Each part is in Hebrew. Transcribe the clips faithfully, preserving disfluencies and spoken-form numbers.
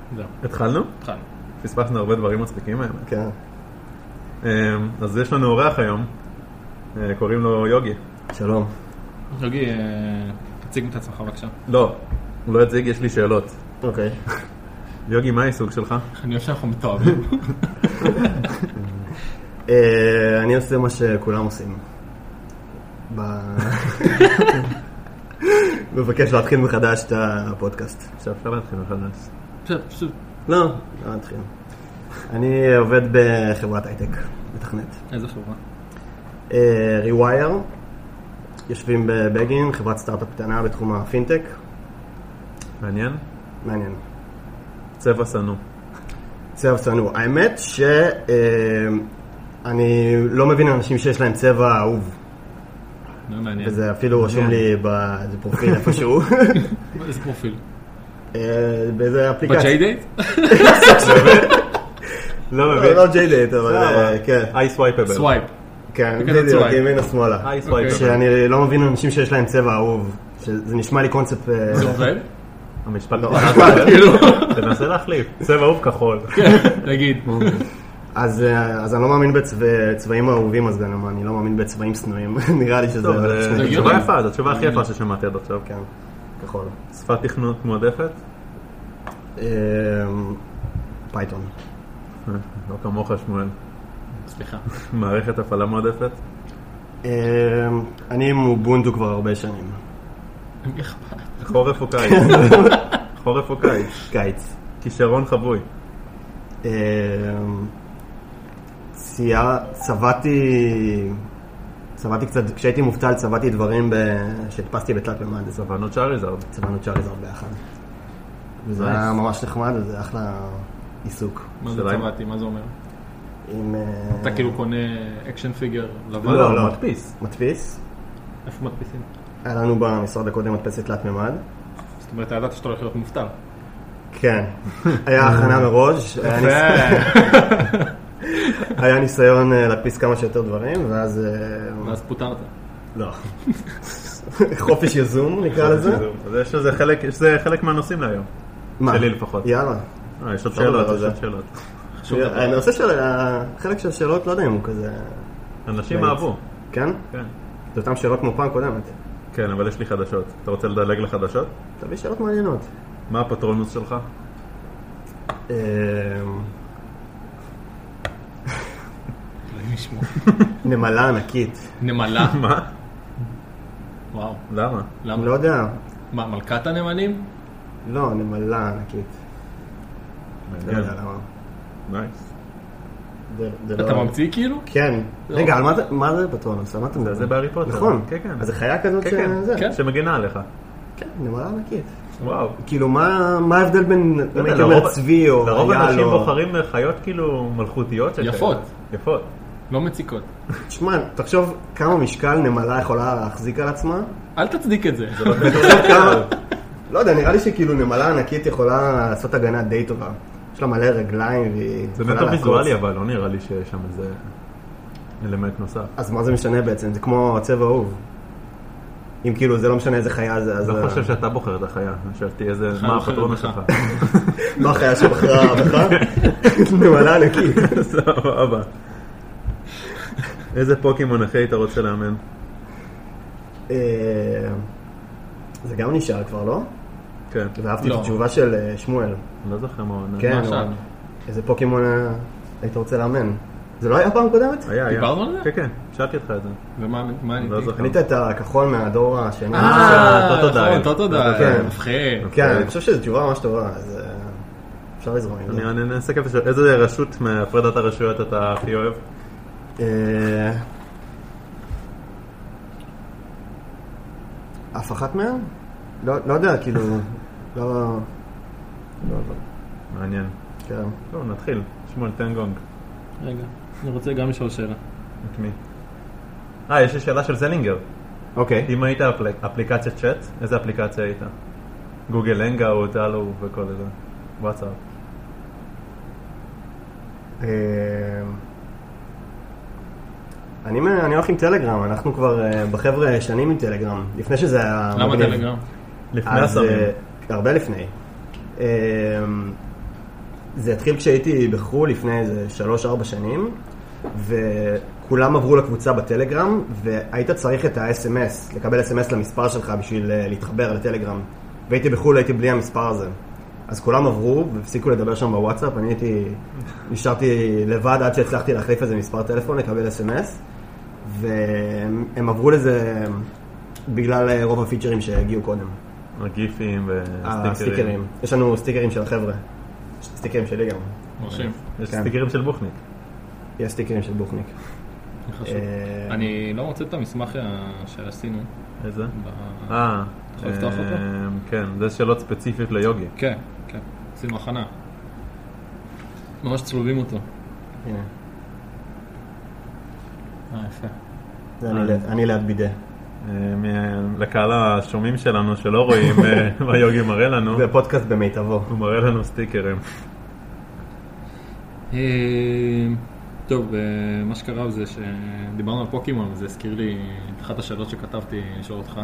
זהו. התחלנו? התחלנו. פספסנו הרבה דברים מצחיקים האלה. כן. אז יש לנו אורח היום, קוראים לו יוגי. שלום. יוגי, תציג את עצמך בבקשה. לא, הוא לא יציג, יש לי שאלות. אוקיי. יוגי, מה העיסוק שלך? אני חושב שאנחנו מתואבים. אני עושה מה שכולם עושים. מבקש להתחיל מחדש את הפודקאסט. עכשיו אפשר להתחיל מחדש. פשוט, פשוט. לא, לא להתחיל. אני עובד בחברת הייטק, מתכנת. איזה חברה? Rewire, יושבים בבגין, חברת סטארט-אפ קטנה בתחום הפינטק. מעניין? מעניין. צבע סנו. צבע סנו. האמת שאני לא מבין אנשים שיש להם צבע אהוב. לא מעניין. וזה אפילו רשום לי באיזה פרופיל איפשהו. איזה פרופיל? באיזה אפליקציה. בג'יי דייט? לא מבין. לא ג'יי דייט, אבל כן. איי סווייפבל. סווייפ. כן, בדיוק, ימינה שמאלה. איי סווייפבל. שאני לא מבין אנשים שיש להם צבע אהוב. שזה נשמע לי קונספט... זה עובד? המשפט לא. תנסה להחליף. צבע אהוב כחול. תגיד. אז אני לא מאמין בצבעים אהובים, אז גם אני לא מאמין בצבעים סנועים. נראה לי שזה... זו תשובה יפה, זו תשובה הכי יפה ששמעתי עד עכשיו. כן, כחול. שפת תכנות מועדפת? פייתון. לא כמוך שמואל. סליחה. מערכת הפעלה מועדפת? אני עם אובונטו כבר הרבה שנים. חורף או קיץ? חורף או קיץ? קיץ. כישרון חבוי? צבעתי צבעתי קצת, כשהייתי מובטל צבעתי דברים שהדפסתי בתלת ממד. צבענו צ'אריזרד. צבענו צ'אריזרד ביחד. וזה היה ממש נחמד, וזה אחלה עיסוק. מה זה צבעתי? מה זה אומר? אתה כאילו קונה אקשן פיגר לבן? לא, לא. מדפיס. מדפיס. איפה מדפיסים? היה לנו במשרד הקודם מדפסת תלת ממד. זאת אומרת, ידעת שאתה הולך להיות מובטל. כן. היה הכנה מראש. היה ניסיון להדפיס כמה שיותר דברים, ואז... ואז פוטרת. לא. חופש יזום, נקרא לזה. יש שזה חלק מהנושאים להיום. מה? שלי לפחות. יאללה. יש עוד שאלות, יש עוד שאלות. אני רוצה חלק של השאלות, לא יודע אם הוא כזה... אנשים אהבו. כן? כן. זה אותם שאלות כמו פעם קודמת. כן, אבל יש לי חדשות. אתה רוצה לדלג לחדשות? תביא שאלות מעניינות. מה הפטרונוס שלך? נמלה ענקית. נמלה? מה? וואו. למה? למה? לא יודע. מה, מלכת הנמלים? לא, נמלה ענקית. לא יודע למה. נייס. אתה ממציא כאילו? כן. רגע, מה זה פטרונוס? זה בהארי פוטר. נכון. כן, כן. אז זה חיה כזאת שזה? שמגנה עליך. כן, נמלה ענקית. וואו. כאילו, מה ההבדל בין צבי או... לרוב אנשים בוחרים חיות כאילו מלכותיות. יפות. יפות. לא מציקות. תשמע, תחשוב כמה משקל נמלה יכולה להחזיק על עצמה. אל תצדיק את זה. לא יודע, נראה לי שכאילו נמלה ענקית יכולה לעשות הגנה די טובה. יש לה מלא רגליים והיא... זה נטו ויזואלי, אבל לא נראה לי שיש שם איזה אלמנט נוסף. אז מה זה משנה בעצם? זה כמו צבע אהוב. אם כאילו זה לא משנה איזה חיה זה, אז... לא חושב שאתה בוחר את החיה. אני חשבתי איזה... מה הפטרונוס שלך? מה החיה שבחרה בך? נמלה ענקית. סבבה. איזה פוקימון אחי היית רוצה לאמן? זה גם נשאר כבר, לא? כן. ואהבתי את התשובה של שמואל. לא זוכר מה הוא עונה. כן, איזה פוקימון היית רוצה לאמן? זה לא היה פעם קודמת? היה, היה. דיברנו על זה? כן, כן, שאלתי אותך את זה. ומה אני... לא זוכר. ענית את הכחול מהדור השני. אה, טוטו דיין. טוטו דיין. כן. מפחיד. כן, אני חושב שזו תשובה ממש טובה, אז אפשר לזרום עם זה. אני ננסה כיף לשאול, איזה רשות מהפרדת הרשויות אתה הכי אוהב? אף אחת מהן? לא יודע, כאילו, לא... מעניין. כן. טוב, נתחיל. שמואל, תן גונג. רגע, אני רוצה גם לשאול שאלה. את מי? אה, יש לי שאלה של זלינגר. אוקיי. אם היית אפליקציית צ'אט, איזה אפליקציה היית? גוגל הנגאוט, הלו וכל זה. וואטסאפ. אני אני הולך עם טלגרם, אנחנו כבר בחבר'ה שנים עם טלגרם, לפני שזה היה... למה טלגרם? לפני הסמים. הרבה לפני. זה התחיל כשהייתי בחו"ל לפני איזה שלוש ארבע שנים, וכולם עברו לקבוצה בטלגרם, והיית צריך את ה-אס אם אס, לקבל אס אם אס למספר שלך בשביל להתחבר לטלגרם. והייתי בחו"ל, הייתי בלי המספר הזה. אז כולם עברו והפסיקו לדבר שם בוואטסאפ, אני הייתי, נשארתי לבד עד שהצלחתי להחליף איזה מספר טלפון, לקבל אס אם אס, והם עברו לזה בגלל רוב הפיצ'רים שהגיעו קודם. הגיפים וסטיקרים. הסטיקרים. יש לנו סטיקרים של החבר'ה. סטיקרים שלי גם. מרשים. יש סטיקרים של בוכניק. יש סטיקרים של בוכניק. אני לא מוצא את המסמך שעשינו. איזה? אה. יכול לפתוח אותו? כן, זה שאלות ספציפיות ליוגי. כן, כן. עשינו הכנה. ממש צלובים אותו. הנה. אה, יפה. זה אני ליד בידה. לקהל השומעים שלנו שלא רואים מה יוגי מראה לנו. זה פודקאסט במיטבו. הוא מראה לנו סטיקרים. טוב, מה שקרה זה שדיברנו על פוקימון, וזה הזכיר לי את אחת השאלות שכתבתי לשאול אותך.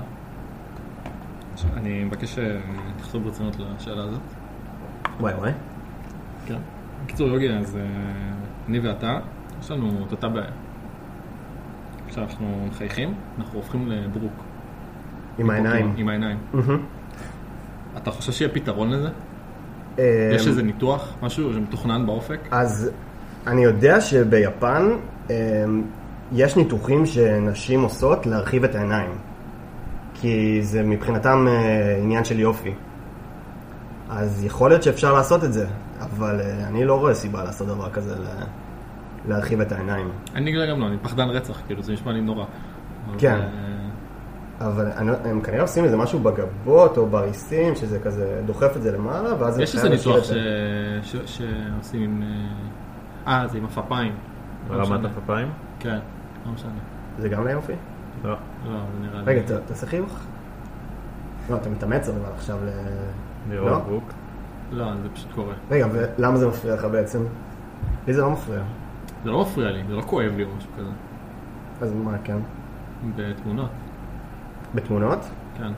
אני מבקש שתחזור ברצינות לשאלה הזאת. וואי וואי. כן. בקיצור יוגי, אז אני ואתה, יש לנו את אותה בעיה. כשאנחנו מחייכים, אנחנו הופכים לברוק. עם העיניים. עם העיניים. אתה חושב שיהיה פתרון לזה? יש איזה ניתוח, משהו שמתוכנן באופק? אז אני יודע שביפן יש ניתוחים שנשים עושות להרחיב את העיניים. כי זה מבחינתם עניין של יופי. אז יכול להיות שאפשר לעשות את זה, אבל אני לא רואה סיבה לעשות דבר כזה, להרחיב את העיניים. אני גם לא, אני פחדן רצח, כאילו, זה נשמע לי נורא. כן. אבל הם כנראה עושים איזה משהו בגבות או בריסים, שזה כזה דוחף את זה למעלה, ואז... יש איזה ניתוח שעושים עם... אה, זה עם הפפיים. ברמת הפפיים? כן, לא משנה. זה גם ליופי? לא. לא, זה נראה לי... רגע, תעשה חיוך? לא, אתה מתאמץ אבל עכשיו ל... לראות ברוק? לא, זה פשוט קורה. רגע, ולמה זה מפריע לך בעצם? לי זה לא מפריע. זה לא מפריע לי, זה לא כואב לי או משהו כזה. אז מה, כן? בתמונות. בתמונות? כן.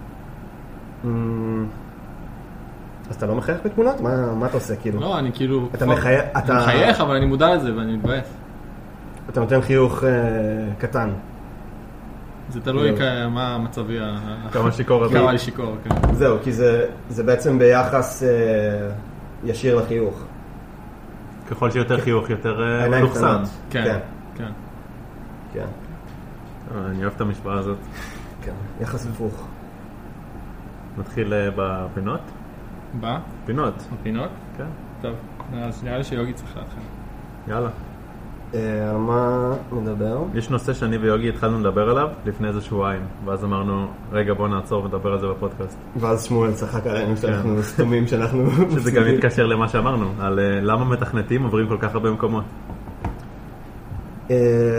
אז אתה לא מחייך בתמונות? מה אתה עושה כאילו? לא, אני כאילו... אתה מחייך... אני מחייך, אבל אני מודע לזה ואני מתבאס. אתה נותן חיוך קטן. זה תלוי מה מצבי ה... כמה שיקור אתה. כמה לי שיקור, כן. זהו, כי זה בעצם ביחס ישיר לחיוך. ככל שיותר חיוך, יותר עיניים מלוכסן. קטנות. כן, כן. כן. אני אוהב את המשוואה הזאת. כן, יחס הפוך. נתחיל בפינות? בא? פינות. בפינות? כן. טוב, אז נראה לי שיוגי צריך להתחיל. יאללה. על מה נדבר? יש נושא שאני ויוגי התחלנו לדבר עליו לפני איזה שבועיים, ואז אמרנו, רגע בוא נעצור ונדבר על זה בפודקאסט. ואז שמואל צחק עלינו שאנחנו סתומים שאנחנו... שזה גם מתקשר למה שאמרנו, על למה מתכנתים עוברים כל כך הרבה מקומות. אתה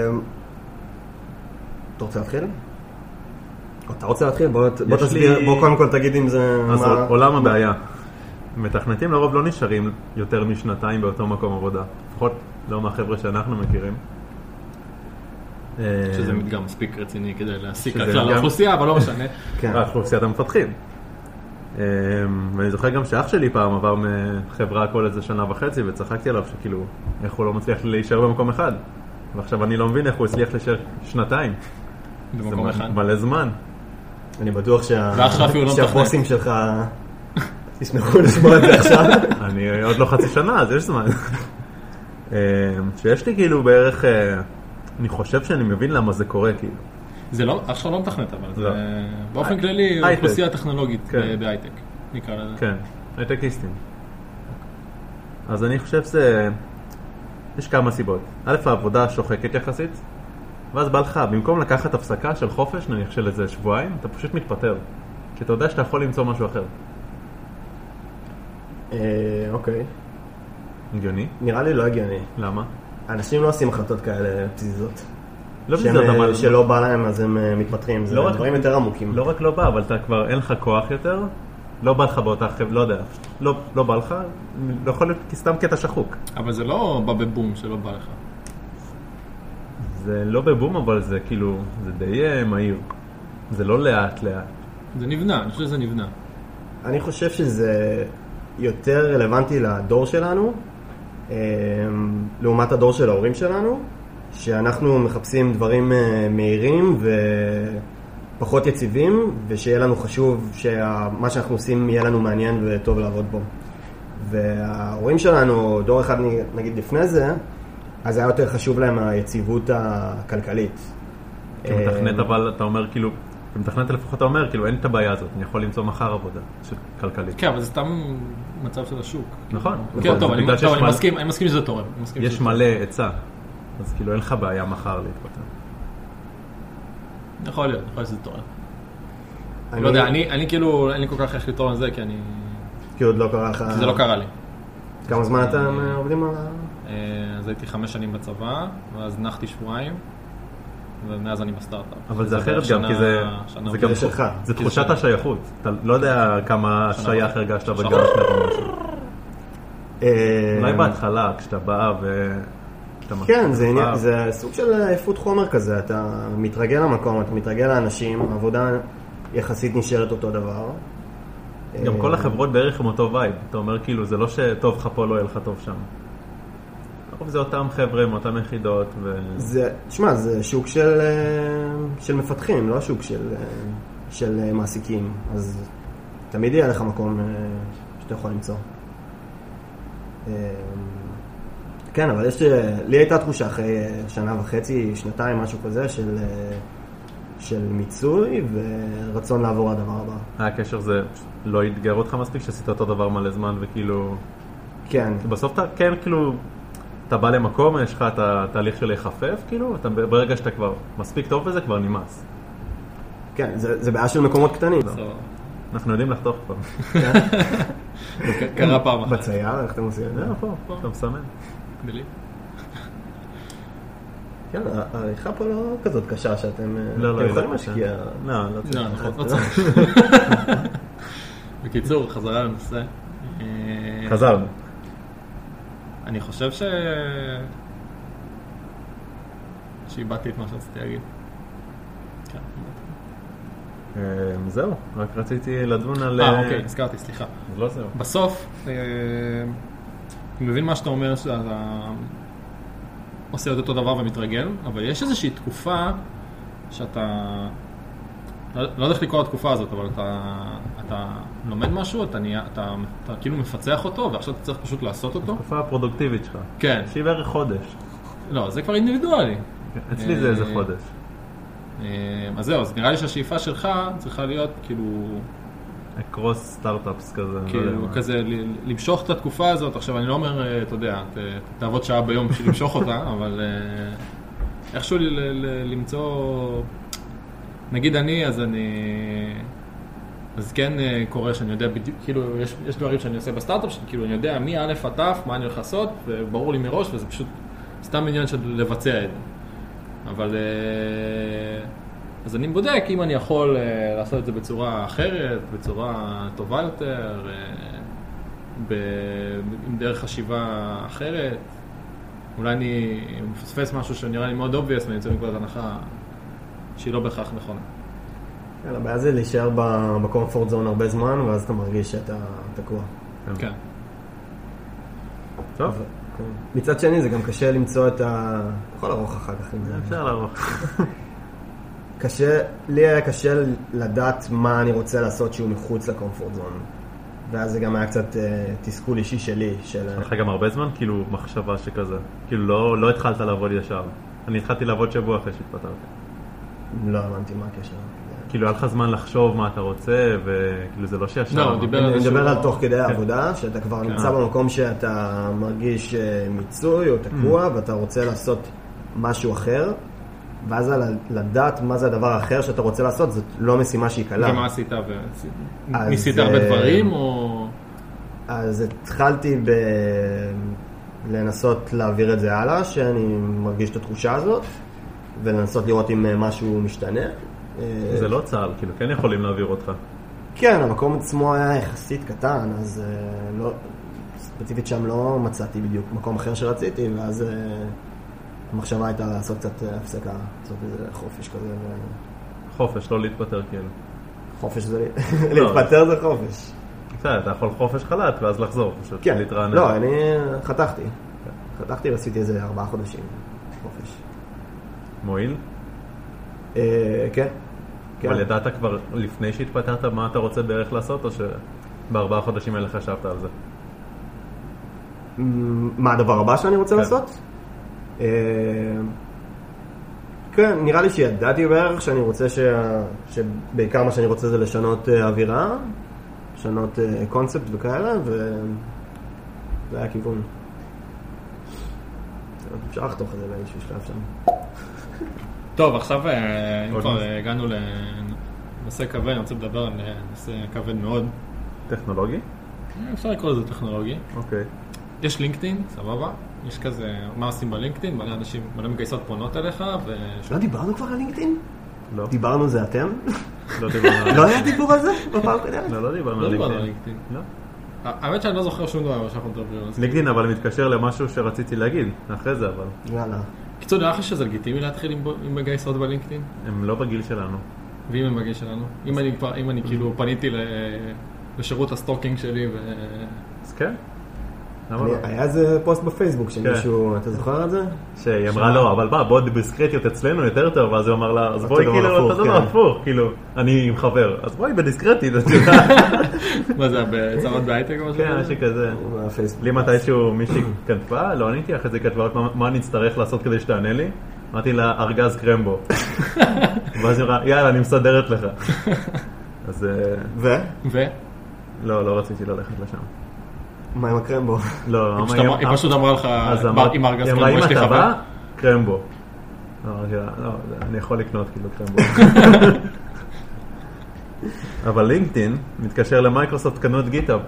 רוצה להתחיל? אתה רוצה להתחיל? בוא תסביר, בוא קודם כל תגיד אם זה... אז עולם הבעיה. מתכנתים לרוב לא נשארים יותר משנתיים באותו מקום עבודה. לפחות לא מהחבר'ה שאנחנו מכירים. שזה מדגם מספיק רציני כדי להסיק על כלל האוכלוסייה, אבל לא משנה. האוכלוסיית המפתחים. ואני זוכר גם שאח שלי פעם עבר מחברה כל איזה שנה וחצי, וצחקתי עליו שכאילו, איך הוא לא מצליח להישאר במקום אחד. ועכשיו אני לא מבין איך הוא הצליח להישאר שנתיים. במקום אחד. מלא זמן. אני בטוח שהבוסים שהבוסים שלך תשמחו לשמוע את זה עכשיו. אני עוד לא חצי שנה, אז יש זמן. שיש לי כאילו בערך, אני חושב שאני מבין למה זה קורה כאילו. זה לא, עכשיו לא מתכנת אבל, זה באופן כללי אוכלוסייה טכנולוגית בהייטק, נקרא לזה. כן, הייטקיסטים. אז אני חושב שזה, יש כמה סיבות. א', העבודה שוחקת יחסית, ואז בא לך, במקום לקחת הפסקה של חופש, נניח של איזה שבועיים, אתה פשוט מתפטר. כי אתה יודע שאתה יכול למצוא משהו אחר. אוקיי. הגיוני? נראה לי לא הגיוני. למה? אנשים לא עושים החלטות כאלה פזיזות. לא פזיזות, אבל... שלא בא להם אז הם מתפטרים. זה דברים יותר עמוקים. לא רק לא בא, אבל אתה כבר אין לך כוח יותר, לא בא לך באותה חברה, לא יודע. לא בא לך, לא יכול להיות סתם קטע שחוק. אבל זה לא בא בבום שלא בא לך. זה לא בבום, אבל זה כאילו, זה די מהיר. זה לא לאט לאט. זה נבנה, אני חושב שזה נבנה. אני חושב שזה יותר רלוונטי לדור שלנו, לעומת הדור של ההורים שלנו, שאנחנו מחפשים דברים מהירים ופחות יציבים, ושיהיה לנו חשוב שמה שאנחנו עושים יהיה לנו מעניין וטוב לעבוד בו. וההורים שלנו, דור אחד נגיד לפני זה, אז היה יותר חשוב להם היציבות הכלכלית. כמתכנת, אבל אתה אומר כאילו, כמתכנת לפחות אתה אומר, כאילו אין את הבעיה הזאת, אני יכול למצוא מחר עבודה כלכלית. כן, אבל זה סתם מצב של השוק. נכון. כן, טוב, אני מסכים שזה תורם. יש מלא עצה, אז כאילו אין לך בעיה מחר להתפתח. יכול להיות, יכול להיות שזה תורם. אני לא יודע, אני כאילו, אין לי כל כך איך לתרום על זה, כי אני... כי עוד לא קרה לך... כי זה לא קרה לי. כמה זמן אתם עובדים על ה... אז הייתי חמש שנים בצבא, ואז נחתי שבועיים, ומאז אני בסטארט-אפ. אבל זה אחרת גם, כי זה גם שלך. זה תחושת השייכות. אתה לא יודע כמה שייך הרגשת בגלל שני או משהו. אולי בהתחלה, כשאתה בא ו... כן, זה סוג של איפות חומר כזה. אתה מתרגל למקום, אתה מתרגל לאנשים, העבודה יחסית נשארת אותו דבר. גם כל החברות בערך עם אותו וייב. אתה אומר כאילו, זה לא שטוב לך פה, לא יהיה לך טוב שם. זה אותם חבר'ה, אותם יחידות. זה, תשמע, זה שוק של, של מפתחים, לא שוק של, של מעסיקים. אז תמיד יהיה לך מקום שאתה יכול למצוא. כן, אבל יש, לי הייתה תחושה אחרי שנה וחצי, שנתיים, משהו כזה, של, של מיצוי ורצון לעבור לדבר הבא. הקשר זה לא יתגר אותך מספיק, שעשית אותו דבר מלא זמן וכאילו... כן. בסוף אתה כן כאילו... אתה בא למקום, יש לך את התהליך של להיחפף, כאילו, אתה, ברגע שאתה כבר מספיק טוב בזה, כבר נמאס. כן, זה, זה בעיה של מקומות קטנים. So, אנחנו יודעים לחתוך כבר. קרה פעם אחת. בצייר, איך אתם עושים את זה? פה, פה, אתה מסמן. בלי. כן, העריכה פה לא כזאת קשה שאתם יכולים להשקיע. לא, לא לא צריך. בקיצור, חזרה לנושא. חזרנו. אני חושב ש... שאיבדתי את מה שרציתי להגיד. כן. זהו, רק רציתי לדון על... אה, אוקיי, הזכרתי, סליחה. אז לא זהו. בסוף, אני מבין מה שאתה אומר שאתה עושה את אותו דבר ומתרגל, אבל יש איזושהי תקופה שאתה... לא יודע איך לקרוא התקופה הזאת, אבל אתה, אתה לומד משהו, אתה, נהיה, אתה, אתה כאילו מפצח אותו, ועכשיו אתה צריך פשוט לעשות אותו. התקופה הפרודוקטיבית שלך. כן. שהיא בערך חודש. לא, זה כבר אינדיבידואלי. אצלי זה איזה חודש. אז זהו, אז נראה לי שהשאיפה שלך צריכה להיות כאילו... קרוס סטארט-אפס כזה. כאילו, כזה, למשוך את התקופה הזאת. עכשיו, אני לא אומר, אתה יודע, תעבוד שעה ביום בשביל למשוך אותה, אבל איכשהו למצוא... נגיד אני, אז אני... אז כן קורה שאני יודע בדיוק, כאילו, יש, יש דברים שאני עושה בסטארט-אפ, כאילו, אני יודע מי א' עד ת', מה אני הולך לעשות, וברור לי מראש, וזה פשוט סתם עניין של לבצע את זה. אבל... אז אני בודק אם אני יכול לעשות את זה בצורה אחרת, בצורה טובה יותר, ב... עם דרך חשיבה אחרת. אולי אני מפספס משהו שנראה לי מאוד obvious, ואני יוצא מנקודת הנחה שהיא לא בהכרח נכונה. כן, הבעיה זה להישאר בקומפורט זון הרבה זמן, ואז אתה מרגיש שאתה תקוע. כן. טוב. מצד שני, זה גם קשה למצוא את ה... יכול לערוך אחר כך עם זה. אפשר לערוך. קשה, לי היה קשה לדעת מה אני רוצה לעשות שהוא מחוץ לקומפורט זון. ואז זה גם היה קצת תסכול אישי שלי. היה לך גם הרבה זמן, כאילו, מחשבה שכזה. כאילו, לא, לא התחלת לעבוד ישר. אני התחלתי לעבוד שבוע אחרי שהתפטרתי. לא הבנתי מה הקשר. כאילו, היה לך זמן לחשוב מה אתה רוצה, וכאילו, זה לא שישר. לא, דיבר על אני מדבר על תוך כדי העבודה, שאתה כבר נמצא במקום שאתה מרגיש מיצוי או תקוע, ואתה רוצה לעשות משהו אחר, ואז לדעת מה זה הדבר האחר שאתה רוצה לעשות, זאת לא משימה שהיא קלה. ומה עשית? ניסית הרבה דברים, או... אז התחלתי ב... לנסות להעביר את זה הלאה, שאני מרגיש את התחושה הזאת, ולנסות לראות אם משהו משתנה. זה לא צהל, כאילו, כן יכולים להעביר אותך. כן, המקום עצמו היה יחסית קטן, אז לא, ספציפית שם לא מצאתי בדיוק מקום אחר שרציתי, ואז המחשבה הייתה לעשות קצת הפסקה, לעשות איזה חופש כזה. ו... חופש, לא להתפטר כאילו. חופש זה... להתפטר זה חופש. בסדר, אתה יכול חופש חל"ת ואז לחזור, פשוט כן, להתרענן. לא, אני חתכתי. חתכתי ועשיתי איזה ארבעה חודשים חופש. מועיל? אה, כן. אבל ידעת כבר לפני שהתפטרת מה אתה רוצה בערך לעשות, או שבארבעה חודשים האלה חשבת על זה? מה הדבר הבא שאני רוצה לעשות? כן, נראה לי שידעתי בערך שאני רוצה שבעיקר מה שאני רוצה זה לשנות אווירה, לשנות קונספט וכאלה, וזה היה כיוון. אפשר לחתוך את זה לאיזשהו שלב שם. טוב, עכשיו אם כבר הגענו לנושא כבד, אני רוצה לדבר על נושא כבד מאוד. טכנולוגי? אפשר לקרוא לזה טכנולוגי. אוקיי. יש לינקדאין, סבבה? יש כזה, מה עושים בלינקדאין? מלא אנשים, מלא מגייסות פונות אליך ו... לא דיברנו כבר על לינקדאין? לא. דיברנו זה אתם? לא דיברנו על לא היה דיבור על זה בפעם קודמת? לא, לא דיברנו על לינקדאין. לא. האמת שאני לא זוכר שום דבר שאנחנו מדברים על זה. לינקדאין אבל מתקשר למשהו שרציתי להגיד, אחרי זה אבל. יאללה. קיצור, נראה לך שזה לגיטימי להתחיל עם מגייסות בלינקדאין? הם לא בגיל שלנו. ואם הם בגיל שלנו? אם אני כבר, אם אני כאילו פניתי לשירות הסטוקינג שלי ו... אז כן. לא? היה איזה פוסט בפייסבוק שמישהו, אתה זוכר את זה? שהיא אמרה לו, אבל בא, בוא בדיסקרטיות אצלנו יותר טוב, ואז הוא אמר לה, אז בואי כאילו, אתה דבר הפוך, כאילו, אני עם חבר, אז בואי בדיסקרטית, אתה יודע. מה זה, בצרות בהייטק או משהו? כן, משהו כזה. לי מתישהו מישהי כתבה, לא עניתי, אחרי זה כתבה, מה אני אצטרך לעשות כדי שתענה לי? אמרתי לה, ארגז קרמבו. ואז היא אמרה, יאללה, אני מסדרת לך. אז... ו? ו? לא, לא רציתי ללכת לשם. מה עם הקרמבו? לא, היא פשוט אמרה לך, עם הארגז קרמבו, יש לי חבר? קרמבו. אני יכול לקנות כאילו קרמבו. אבל לינקדאין מתקשר למייקרוסופט קנו את גיטהאב.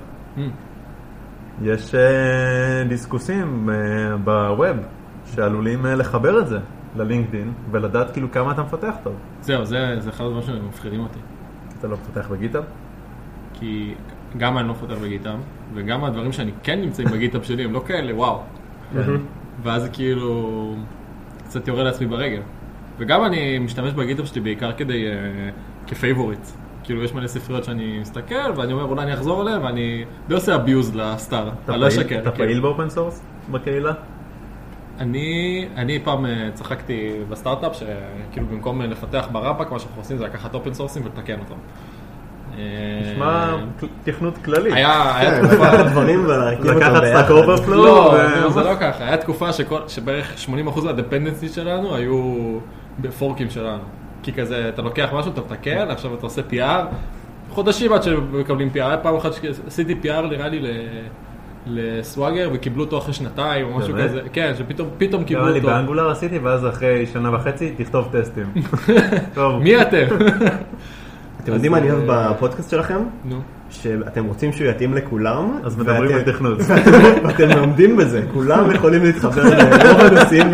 יש דיסקוסים בווב שעלולים לחבר את זה ללינקדאין ולדעת כאילו כמה אתה מפתח טוב. זהו, זה אחד הדברים שמפחידים אותי. אתה לא מפתח בגיטהאב? כי גם אני לא מפתח בגיטהאב, וגם הדברים שאני כן נמצאים בגיטהאב שלי הם לא כאלה, וואו. ואז כאילו קצת יורד לעצמי ברגל. וגם אני משתמש בגיטהאב שלי בעיקר כדי, כפייבוריט. כאילו יש מלא ספריות שאני מסתכל, ואני אומר אולי אני אחזור עליהם, ואני לא עושה אביוז לסטאר. אתה פעיל באופן סורס בקהילה? אני, אני פעם צחקתי בסטארט-אפ שכאילו במקום לפתח ברפק, מה שאנחנו עושים זה לקחת אופן סורסים ולתקן אותם. נשמע תכנות כללי. היה תקופה... דברים לקחת סטאק אוברפלואו? לא, זה לא ככה. היה תקופה שבערך שמונים אחוז מהדפנדנסי שלנו היו בפורקים שלנו. כי כזה, אתה לוקח משהו, אתה מתקן, עכשיו אתה עושה פי אר. חודשים עד שמקבלים פי אר. היה פעם אחת שעשיתי פי אר, נראה לי לסוואגר, וקיבלו אותו אחרי שנתיים או משהו כזה. כן, שפתאום קיבלו אותו. אני באנגולר עשיתי, ואז אחרי שנה וחצי תכתוב טסטים. מי אתם? אתם יודעים מה אני אוהב בפודקאסט שלכם? נו. שאתם רוצים שהוא יתאים לכולם. אז מדברים על תכנות. ואתם לומדים בזה. כולם יכולים להתחבר לרוב הנושאים.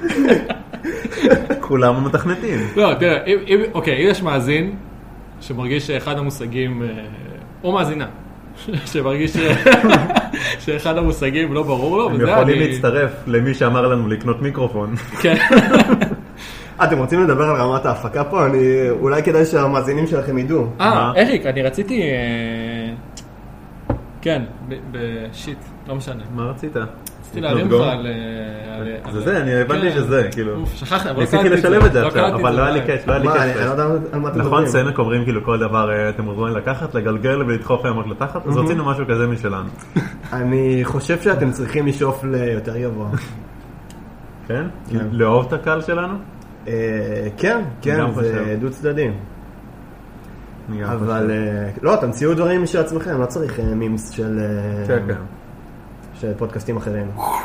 כולם מתכנתים. לא, תראה, אוקיי, אם יש מאזין שמרגיש שאחד המושגים, או מאזינה, שמרגיש שאחד המושגים לא ברור לו, הם יכולים להצטרף למי שאמר לנו לקנות מיקרופון. כן. אתם רוצים לדבר על רמת ההפקה פה? אולי כדאי שהמאזינים שלכם ידעו. אה, אריק, אני רציתי... כן, בשיט, לא משנה. מה רצית? רציתי להרים לך על... זה זה, אני הבנתי שזה, כאילו... אוף, שכחתי, אבל ניסיתי לשלב את זה עכשיו, אבל לא היה לי קש, לא היה לי קש. אני לא יודע על מה אתם נכון, סנק אומרים כאילו כל דבר אתם מוזמנים לקחת, לגלגל ולדחוף עמוק לתחת, אז רצינו משהו כזה משלנו. אני חושב שאתם צריכים לשאוף ליותר גבוה. כן? לאהוב את הקהל שלנו? כן, כן, זה דו צדדי. אבל לא, תמציאו דברים משל עצמכם, לא צריך מימס של של פודקאסטים אחרים.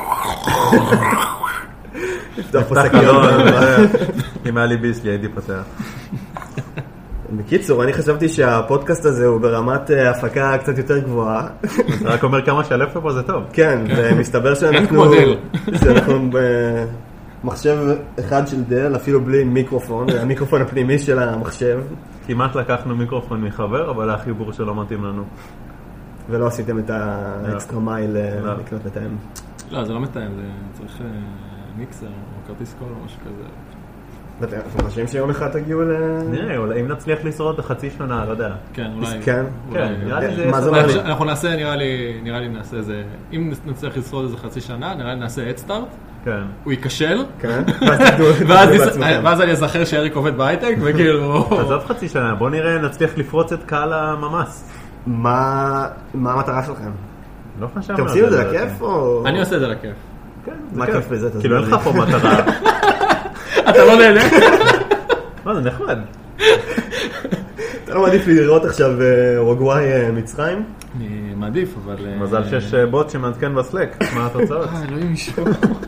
נפתח פה שקיות. אם היה לי ביסלי הייתי פותח. בקיצור, אני חשבתי שהפודקאסט הזה הוא ברמת הפקה קצת יותר גבוהה. זה רק אומר כמה שהלפטופ פה זה טוב. כן, ומסתבר שאנחנו שאנחנו במחשב אחד של דל, אפילו בלי מיקרופון, זה המיקרופון הפנימי של המחשב. כמעט לקחנו מיקרופון מחבר, אבל החיבור שלא מתאים לנו. ולא עשיתם את האקסטרה מייל לקנות לתאם. לא, זה לא מתאם, זה צריך מיקסר או כרטיס קול או משהו כזה. ואתם חושבים שיום אחד תגיעו ל... נראה, אולי אם נצליח לשרוד בחצי שנה, לא יודע. כן, אולי. כן. כן, נראה לי זה... מה זה אומר לי? אנחנו נעשה, נראה לי, נראה לי נעשה איזה, אם נצליח לשרוד איזה חצי שנה, נראה לי נעשה הדסטארט, כן. הוא ייכשל, כן. ואז תדעו בעצמכם. ואז אני אזכר שאריק עובד בהייטק, וכאילו... עזוב חצי שנה, בוא נראה נצליח לפרוץ את קהל הממס. מה המטרה שלכם? לא חשבנו אתם על עושים את זה לדעתי. לכיף או... אני עושה את זה לכיף. כן, מה זה כיף בזה? תסביר כאילו אין לי. לך פה מטרה. אתה לא נהנה? מה, זה נחמד. אתה לא מעדיף לי לראות עכשיו אה, אורוגוואי אה, מצרים? אני מעדיף, אבל... מזל שיש אה, בוט שמעדכן בסלק. מה התוצאות? אה, אלוהים ישמור.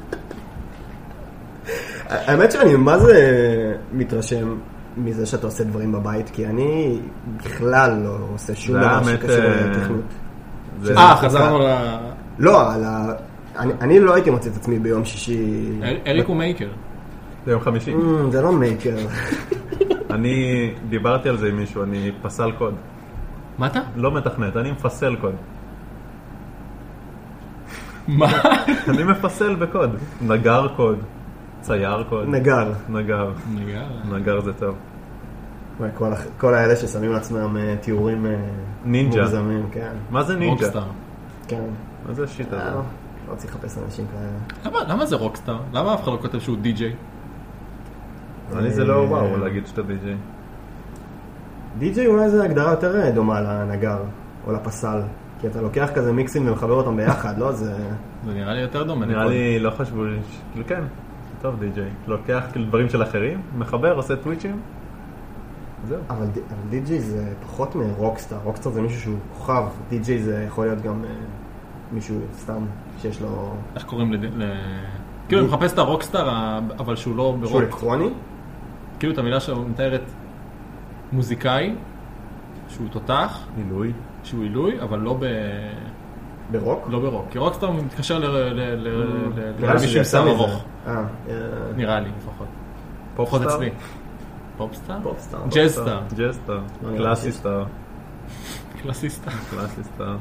האמת שאני מה זה מתרשם מזה שאתה עושה דברים בבית, כי אני בכלל לא עושה שום זה דבר האמת, שקשור אה, לתכנות. זה- אה, חזרנו ל... לא, על ה... אני, אני לא הייתי מוצא את עצמי ביום שישי... אריק הוא מייקר. זה יום חמישי. Mm, זה לא מייקר. אני דיברתי על זה עם מישהו, אני פסל קוד. מה אתה? לא מתכנת, אני מפסל קוד. מה? אני מפסל בקוד. נגר קוד. צייר קוד. נגר. נגר. נגר זה טוב. וואי, כל, הח- כל האלה ששמים לעצמם אה, תיאורים אה, נינג'ה. מוגזמים, כן. מה זה נינג'ה? רוקסטאר. כן. מה זה השיט אה, הזה? לא צריך לחפש אנשים כאלה. למה- למה זה רוקסטאר? למה אף אחד לא כותב שהוא די-ג'יי? אני זה לא וואו להגיד שאתה די-ג'יי. די-ג'יי אולי זה הגדרה יותר אה, דומה לנגר או לפסל. כי אתה לוקח כזה מיקסים ומחבר אותם ביחד, לא? זה... זה נראה לי יותר דומה. נראה לקוד. לי לא חשבו, ש- כאילו כן, טוב די-ג'יי. לוקח כאילו דברים של אחרים, מחבר, עושה טוויצ'ים. זהו. אבל די- אבל די-ג'יי זה פחות מרוקסטאר. רוקסטאר זה מישהו שהוא כוכב. די-ג'יי זה יכול להיות גם אה, מישהו סתם שיש לו... איך קוראים לד... ל... כאילו, אני מחפש את הרוקסטאר, ה- אבל שהוא לא שהוא ברוק. אלקטרוני? כאילו, את המילה שהוא מתארת מוזיקאי, שהוא תותח, עילוי. שהוא עילוי, אבל לא ב... ברוק? לא ברוק. כי רוקסטאר מתקשר ל... ל... ל... ל... נראה לי למישהו שזה עם יצא שיער מזה. ארוך. אה, אה, נראה לי, לפחות. פופסטאר? לפחות אצלי. פופסטאר? פופסטאר. ג'זסטאר. ג'סטאר. לא נראה קלאסי לי. סטאר. קלאסיסטה. קלאסי סטאר.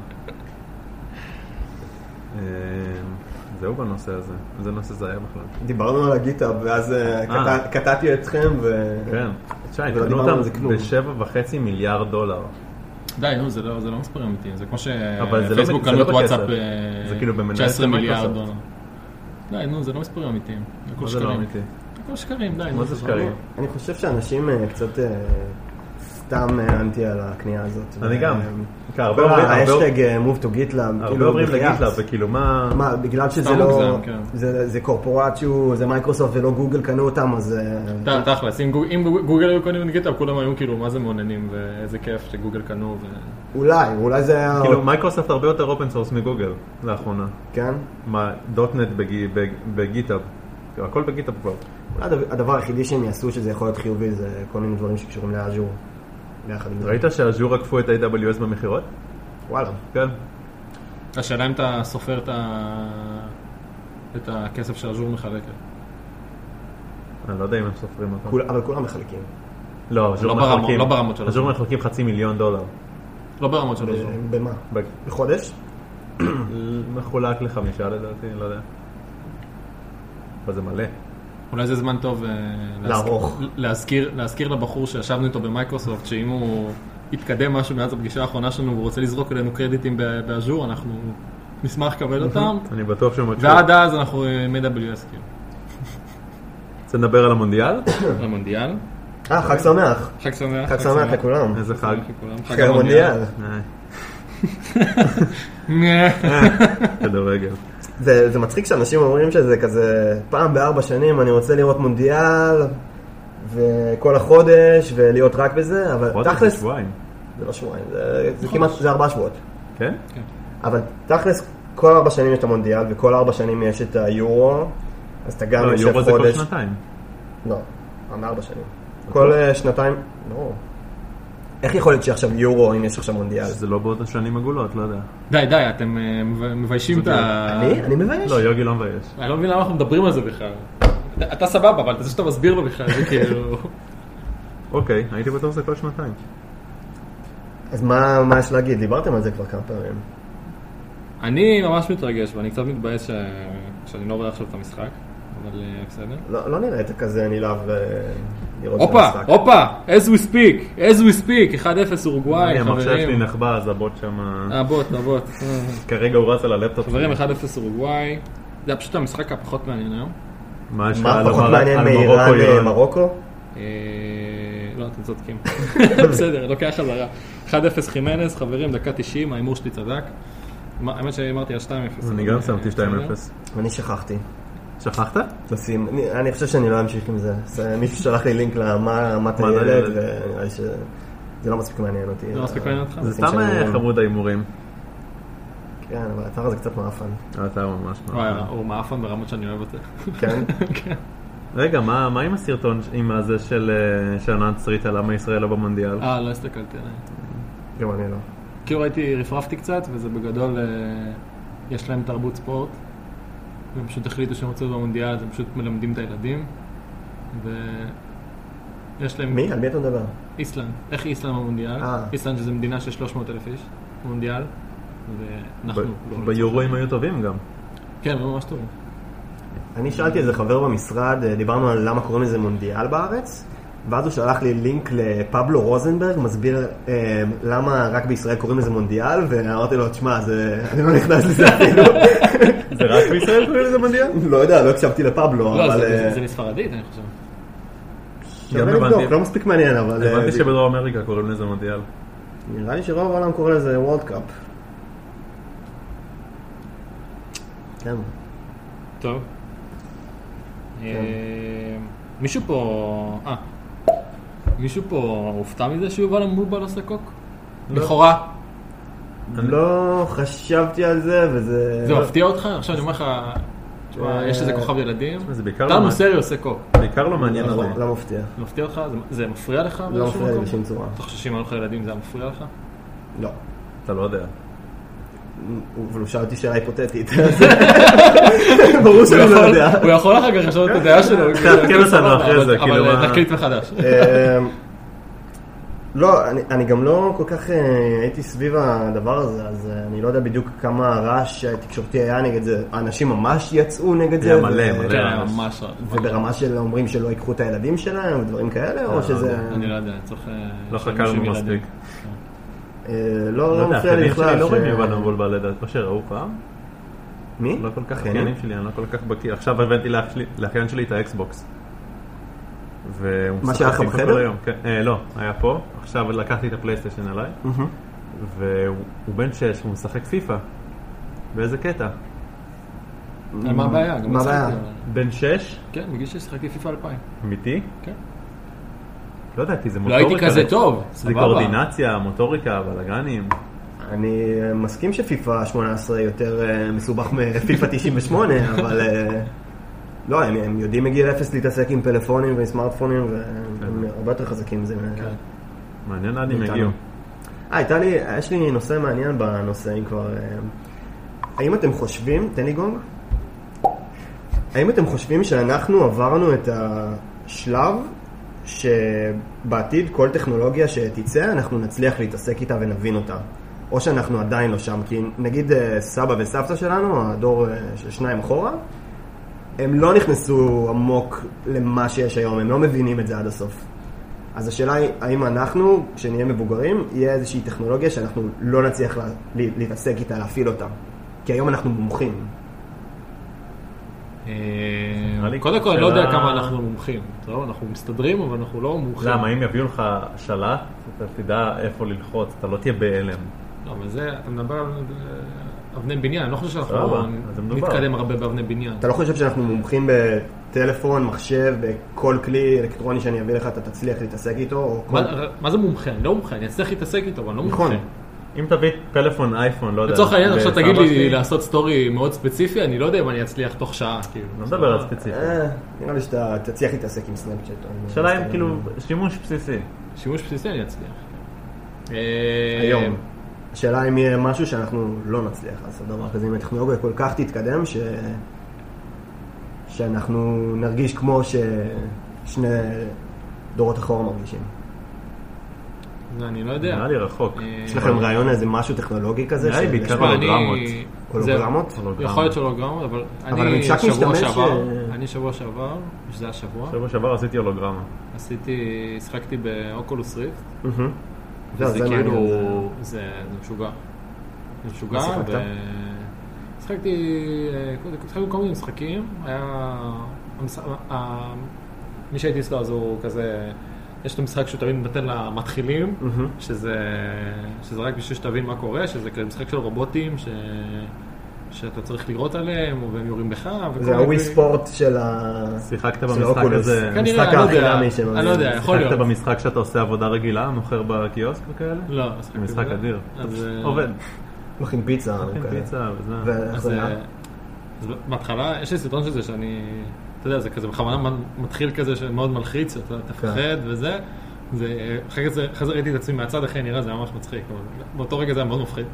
אמ, זהו בנושא הזה. איזה נושא זה היה בכלל? דיברנו על הגיטאב, ואז אה, אה. קטע- קטעתי אתכם ו... כן. תשמע, ולא קנו דיברנו על זה אותם כלום. בשבע וחצי מיליארד דולר. די, נו, זה לא, זה לא מספרים אמיתיים. זה כמו אבל זה לא- שפייסבוק זה קנו לא את וואטסאפ בכסף. אה, זה כאילו במניות תשע עשרה של מיליארד מייקרוסופט. דולר. די, נו, זה לא מספרים אמיתיים. זה הכל מה זה לא שקרים. אמיתי? הכל שקרים, די. מה נו, זה לא- שקרים? אני חושב שאנשים אה, קצת אה, סתם אה, אנטי על הקנייה הזאת. אני ו- גם. כל הרבה אומרים- הרבה- ההשטג אה, move to GitLab, הרבה כאילו, אומרים בחייאת. לגיטלאב, וכאילו מה... מה, בגלל שזה סתם לא... מוגזם, כן. זה זה קורפורט שהוא, זה מייקרוסופט ולא גוגל קנו אותם, אז... אה, ת- תכלס, אם גוג- אם גוגל היו קונים את גיטאב, כולם היו כאילו, מה זה מעוננים, ואיזה כיף שגוגל קנו, ו... אולי, אולי זה היה... כאילו מייקרוסופט הרבה יותר אופן סורס מגוגל לאחרונה. כן? מה, דוטנט בגי- בג- בגיטאב. כאילו, הכל בגיטאב כבר. אולי הדבר- הדבר היחידי שהם יעשו שזה יכול להיות חיובי זה כל מיני דברים שקשורים לאז'ור. ביחד עם זה. ראית שאז'ור עקפו את איי דאבליו אס במכירות? וואלה. כן. השאלה אם אתה סופר את ה... את הכסף שאז'ור מחלקת. אני לא יודע אם הם סופרים אותו. כול- אבל כולם מחלקים. לא, אז'ור לא ברמות- מחלקים. לא ברמות של אז'ור אז'ור. מחלקים חצי מיליון דולר. לא ברמות של ב- אז'ור. במה? ב- בחודש? מחולק לחמישה לדעתי, לא יודע. אבל זה מלא. אולי זה זמן טוב אה, להזכיר- לערוך. להזכיר, להזכיר לבחור שישבנו איתו במייקרוסופט, שאם הוא יתקדם משהו מאז הפגישה האחרונה שלנו והוא רוצה לזרוק אלינו קרדיטים ב- באז'ור, אנחנו נשמח לקבל אותם, אני בטוח שהוא מקשיב. ועד אז אנחנו אה, מ-דאבליו אס כאילו. רוצה לדבר על המונדיאל? למונדיאל. אה, חג שמח. חג שמח. חג שמח לכולם. איזה חג? לכולם. חג המונדיאל. אה, כדורגל. זה זה מצחיק שאנשים אומרים שזה כזה פעם בארבע שנים אני רוצה לראות מונדיאל וכל החודש ולהיות רק בזה, אבל חודש זה תכלס, שבועיים. זה לא שבועיים, זה זה כמעט, זה ארבעה שבועות. כן? אבל תכלס, כל ארבע שנים יש את המונדיאל וכל ארבע שנים יש את היורו, אז אתה גם לא, יושב יורו זה כל חודש. שנתיים. לא, פעם בארבע שנים. כל אה, שנתיים, לא. איך יכול להיות שעכשיו יורו אם יש עכשיו מונדיאל? זה לא בעוד השנים עגולות, לא יודע. די, די, אתם אה, מב- מביישים את ה... אני? אני מבייש? לא, יוגי לא מבייש. אני לא מבין למה אנחנו מדברים על זה בכלל. אתה- אתה סבבה, אבל זה שאתה מסביר לו בכלל, זה כאילו... אוקיי, הייתי בטוח שזה כל שנתיים. אז מה מה יש להגיד? דיברתם על זה כבר כמה פעמים. אני ממש מתרגש, ואני קצת מתבאס ש... שאני לא רואה עכשיו את המשחק. אבל בסדר. לא, לא נראית כזה נלהב לראות את הופה, המשחק. הופה, as we speak, as we speak, אחד אפס אורוגוואי, המחשב שלי חברים. נחבא, אז הבוט שם... הבוט, הבוט. כרגע הוא רץ על הלפטופ. חברים, אחד אפס אורוגוואי. זה היה פשוט המשחק הפחות מעניין היום. מה יש לך מה פחות לומר מעניין על מאיראן מרוקו איראן? למרוקו? אה, לא, אתם צודקים. בסדר, לוקח חזרה. אחד אפס חימנז, חברים, דקה תשעים, האימור שלי צדק. האמת שאמרתי על שתיים אפס. אני גם שמתי שתיים אפס. אני שכחתי. שכחת? לשים, אני, אני חושב שאני לא אמשיך עם זה. זה מישהו שלח לי לינק למה מה אתה ילד, ונראה לי שזה לא מספיק מעניין אותי. לא מספיק מעניין אותך? זה סתם חמוד האימורים. כן, אבל האתר הזה קצת מאפן. האתר ממש וואי, מאפן. הוא מאפן ברמות שאני אוהב אותה. כן? כן. רגע, מה מה עם הסרטון עם הזה של ענן צריטה, למה ישראל לא במונדיאל? אה, לא הסתכלתי עליי. גם אני לא. כאילו ראיתי, רפרפתי קצת, וזה בגדול, יש להם תרבות ספורט. והם פשוט החליטו שהם רוצים במונדיאל, הם פשוט מלמדים את הילדים. ויש להם... מי? על מי אתה מדבר? איסלנד. איך איסלנד במונדיאל? אה. איסלנד שזה מדינה של שלוש מאות אלף איש במונדיאל. ואנחנו... לא ביורואים היו טובים גם. כן, ממש טובים. אני שאלתי איזה חבר במשרד, דיברנו על למה קוראים לזה מונדיאל בארץ, ואז הוא שלח לי לינק לפבלו רוזנברג, מסביר אה, למה רק בישראל קוראים לזה מונדיאל, ואמרתי לו, תשמע, אני לא נכנס לזה אפילו. זה רק בישראל קוראים לזה מונדיאל? לא יודע, לא הקשבתי לפבלו, לא, אבל... זה, זה מספרדית, אני חושב. שווה לבדוק, לא מספיק מעניין, אבל... הבנתי שבדרום אמריקה קוראים לזה מונדיאל. נראה לי שרוב העולם קורא לזה וולד קאפ. כן. טוב. מישהו פה... אה. מישהו פה הופתע מזה שיובל המולבל עושה קוק? לכאורה. לא חשבתי על זה, וזה... זה מפתיע אותך? עכשיו אני אומר לך... יש איזה כוכב ילדים? זה בעיקר טל מוסרי עושה קוק. בעיקר לא מעניין אותי. לא מפתיע. זה מפתיע אותך? זה מפריע לך? לא מפריע לי בשום צורה. אתה חושב שאם היו לך ילדים זה היה מפריע לך? לא. אתה לא יודע. אבל הוא שאל אותי שאלה היפותטית. ברור שאני לא יודע. הוא יכול אחר כך לשאול את הדעה שלו. כן אותנו אחרי זה, כאילו מה... אבל תקליט מחדש. לא, אני גם לא כל כך הייתי סביב הדבר הזה, אז אני לא יודע בדיוק כמה רעש תקשורתי היה נגד זה. האנשים ממש יצאו נגד זה. היה מלא, מלא. כן, היה ממש רע. וברמה של אומרים שלא ייקחו את הילדים שלהם ודברים כאלה, או שזה... אני לא יודע, צריך... לא חקרנו מספיק. לא, לא מפריע לי בכלל. לא רואים יובל המבולבל לדעת, מה שראו פעם? מי? לא כל כך אחיינים שלי, אני לא כל כך בקיא. עכשיו הבאתי לאחיין שלי את האקסבוקס. מה שהיה לך בחדר? לא, היה פה. עכשיו לקחתי את הפלייסטיישן עליי. והוא בן שש, הוא משחק פיפה. באיזה קטע? מה הבעיה? מה הבעיה? בן שש? כן, בגיל ששחקתי פיפה אלפיים. אמיתי? כן. לא ידעתי, זה לא מוטוריקה. הייתי כזה טוב, זה קואורדינציה, מוטוריקה, בלגנים. אני מסכים שפיפה שמונה עשרה יותר מסובך מפיפה תשעים ושמונה, אבל לא, הם יודעים מגיל אפס להתעסק עם פלאפונים וסמארטפונים, והם הרבה יותר חזקים מזה. מעניין עד אם הגיעו. אה, הייתה לי, יש לי נושא מעניין בנושא, אם כבר... האם אתם חושבים, תן לי גונג? האם אתם חושבים שאנחנו עברנו את השלב שבעתיד כל טכנולוגיה שתצא, אנחנו נצליח להתעסק איתה ונבין אותה? או שאנחנו עדיין לא שם, כי נגיד סבא וסבתא שלנו, הדור של שניים אחורה, הם לא נכנסו עמוק למה שיש היום, הם לא מבינים את זה עד הסוף. אז השאלה היא, האם אנחנו, כשנהיה מבוגרים, יהיה איזושהי טכנולוגיה שאנחנו לא נצליח לה, להתעסק איתה, להפעיל אותה. כי היום אנחנו מומחים. קודם כל, אני לא יודע כמה אנחנו מומחים. אנחנו מסתדרים, אבל אנחנו לא מומחים. למה, אם יביאו לך שלט, אתה תדע איפה ללחוץ, אתה לא תהיה בהלם. לא, אבל זה, אתה מדבר על אבני בניין, אני לא חושב שאנחנו נתקדם הרבה באבני בניין. אתה לא חושב שאנחנו מומחים בטלפון, מחשב, בכל כלי אלקטרוני שאני אביא לך, אתה תצליח להתעסק איתו? מה זה מומחה? אני לא מומחה, אני אצליח להתעסק איתו, אבל אני לא מומחה. אם תביא פלאפון, אייפון, לא יודע. לצורך העניין, עכשיו תגיד לי לעשות סטורי מאוד ספציפי, אני לא יודע אם אני אצליח תוך שעה, כאילו. לא מדבר על ספציפי. נראה לי שאתה תצליח להתעסק עם סנאפצ'אט. שאלה אם כאילו, שימוש בסיסי. שימוש בסיסי אני אצליח. היום. השאלה אם יהיה משהו שאנחנו לא נצליח לעשות דבר כזה, אם הטכנולוגיה כל כך תתקדם, ש... שאנחנו נרגיש כמו ששני דורות אחורה מרגישים. אני לא יודע. נראה לי רחוק. יש לכם רעיון איזה משהו טכנולוגי כזה? נראה לי בעיקר על הדרמות. הולוגרמות? יכול להיות הולוגרמות, אבל אני שבוע שעבר, אני שבוע שעבר, שזה השבוע. שבוע שעבר עשיתי הולוגרמה. עשיתי, שחקתי באוקולוס ריפט. זה כאילו, זה משוגע. זה משוגע, ושחקתי, התחלנו כל מיני משחקים, היה, מי שהייתי אצלו אז הוא כזה, יש את המשחק שהוא תמיד נותן למתחילים, שזה רק בשביל שתבין מה קורה, שזה כזה משחק של רובוטים, שאתה צריך לראות עליהם, והם יורים בך. זה הווי ספורט של האוקולוס. שיחקת במשחק הזה? משחק האחרמי שלו. אני לא יודע, יכול להיות. שיחקת במשחק שאתה עושה עבודה רגילה, מוכר בקיוסק וכאלה? לא. משחק אדיר. עובד. מכין פיצה. מכין פיצה וזה. בהתחלה, יש לי סרטון של זה שאני, אתה יודע, זה כזה בכוונה מתחיל כזה שמאוד מלחיץ, אתה תפחד וזה. אחרי זה ראיתי את עצמי מהצד, אחרי נראה, זה ממש מצחיק. באותו רגע זה היה מאוד מפחיד.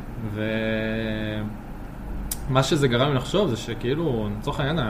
ומה שזה גרם לי לחשוב זה שכאילו, נצורך העניין,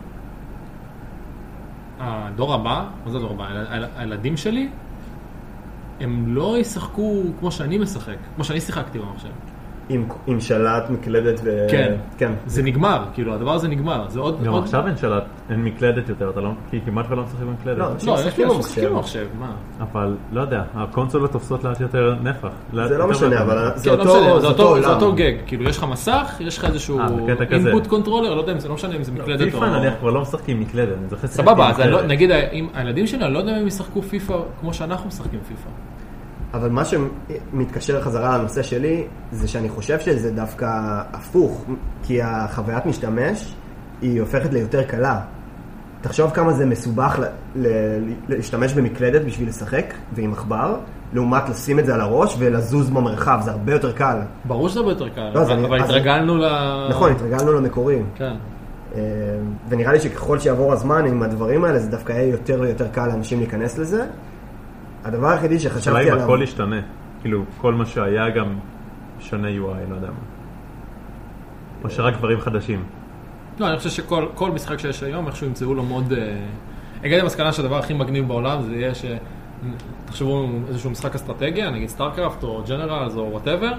הדור הבא, מה זה הדור הבא? הילדים שלי, הם לא ישחקו כמו שאני משחק, כמו שאני שיחקתי במחשב. עם, עם שלט, מקלדת ו... כן, כן. זה נגמר, כאילו, הדבר הזה נגמר. זה עוד... גם עוד... עכשיו אין שלט, אין מקלדת יותר, אתה לא... כי כמעט ולא משחקים במקלדת. לא, לא, יש לי משחקים במחשב, מה? אבל, לא יודע, הקונסולות תופסות לאט יותר נפח. זה לא משנה, אבל זה כן, אותו עולם. זה אותו, זה אותו גג, כאילו, יש לך מסך, יש לך איזשהו אינפוט קונטרולר, לא יודע אם זה לא משנה אם זה מקלדת או... פיפה נניח כבר לא משחקים מקלדת, אני זוכר... סבבה, נגיד, הילדים שלי, לא יודע אם הם ישחקו פיפה כמו שאנחנו משחקים פיפה. אבל מה שמתקשר חזרה לנושא שלי, זה שאני חושב שזה דווקא הפוך, כי החוויית משתמש היא הופכת ליותר קלה. תחשוב כמה זה מסובך להשתמש במקלדת בשביל לשחק ועם מחבר, לעומת לשים את זה על הראש ולזוז במרחב, זה הרבה יותר קל. ברור שזה הרבה יותר קל, אבל התרגלנו ל... נכון, התרגלנו למקורים. כן. ונראה לי שככל שיעבור הזמן עם הדברים האלה, זה דווקא יהיה יותר ויותר קל לאנשים להיכנס לזה. הדבר היחידי שחשבתי עליו... אולי הכל ישתנה, כאילו כל מה שהיה גם שונה יו איי, לא יודע מה. או שרק דברים חדשים. לא, אני חושב שכל משחק שיש היום, איכשהו ימצאו לו מאוד... הגעתי למסקנה שהדבר הכי מגניב בעולם זה יהיה ש... תחשבו איזשהו משחק אסטרטגיה, נגיד סטארקראפט או ג'נרלס או whatever,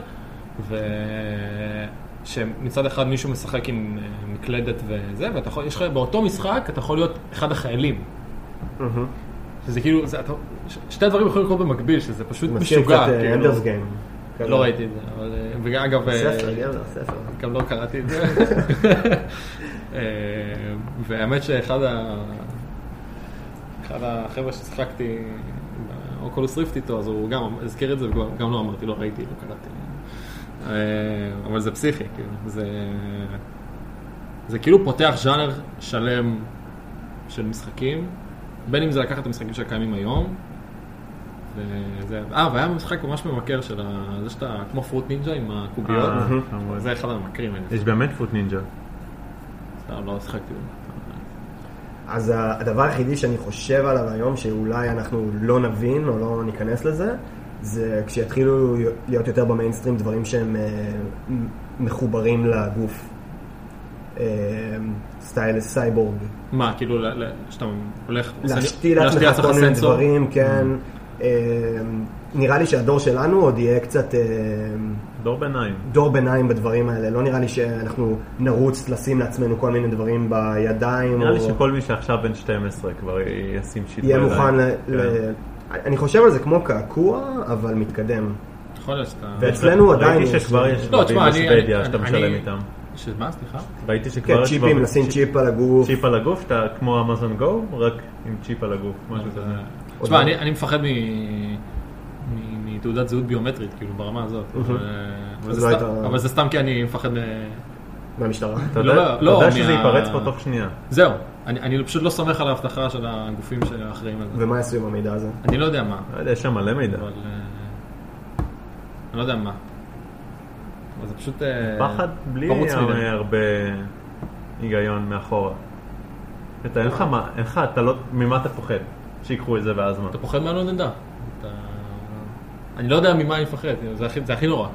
ושמצד אחד מישהו משחק עם מקלדת וזה, ויש לך באותו משחק, אתה יכול להיות אחד החיילים. שזה כאילו, זה, אתה, שתי הדברים יכולים לקרות במקביל, שזה פשוט משוגע. מזכיר קצת אנדרס גיים. לא ראיתי את זה, אבל, ואגב, ספר, גבר, ספר. גם לא קראתי את זה. והאמת שאחד ה... אחד החבר'ה ששחקתי באוקולוס ריפט איתו, אז הוא גם הזכיר את זה, וגם לא אמרתי, לא ראיתי, לא קראתי. אבל זה פסיכי, כאילו. זה, זה כאילו פותח ז'אנר שלם של משחקים, בין אם זה לקחת את המשחקים שקיימים היום, וזה... אה, והיה משחק ממש ממכר של זה שאתה כמו פרוט נינג'ה עם הקוביות, זה אחד המכרים. יש באמת פרוט נינג'ה. סתם, לא שחקתי. אז הדבר היחידי שאני חושב עליו היום, שאולי אנחנו לא נבין או לא ניכנס לזה, זה כשיתחילו להיות יותר במיינסטרים דברים שהם מחוברים לגוף. סטייל סייבורג. מה, כאילו, שאתה הולך... להשתיל לעצמך כל מיני דברים, כן. נראה לי שהדור שלנו עוד יהיה קצת... דור ביניים. דור ביניים בדברים האלה. לא נראה לי שאנחנו נרוץ לשים לעצמנו כל מיני דברים בידיים. נראה לי שכל מי שעכשיו בן שתים עשרה כבר ישים שיט בידיים. יהיה מוכן ל... אני חושב על זה כמו קעקוע, אבל מתקדם. יכול להיות שאתה... ואצלנו עדיין... ראיתי שכבר יש דברים בסבדיה שאתה משלם איתם. שמה, סליחה? ראיתי שכבר... כן, צ'יפים, לשים צ'יפ על הגוף. צ'יפ על הגוף, אתה כמו אמזון גו, רק עם צ'יפ על הגוף, משהו כזה. תשמע, אני מפחד מתעודת זהות ביומטרית, כאילו, ברמה הזאת. אבל זה סתם כי אני מפחד מהמשטרה. אתה יודע שזה ייפרץ פה תוך שנייה. זהו, אני פשוט לא סומך על ההבטחה של הגופים שאחראים על זה. ומה יעשו עם המידע הזה? אני לא יודע מה. לא יודע, יש שם מלא מידע. אני לא יודע מה. זה פשוט פחד בלי הרבה היגיון מאחורה. אתה אין לך מה, אין לך, אתה לא, ממה אתה פוחד? שיקחו את זה ואז מה? אתה פוחד מה לא נדע. אני לא יודע ממה אני מפחד, זה הכי נורא.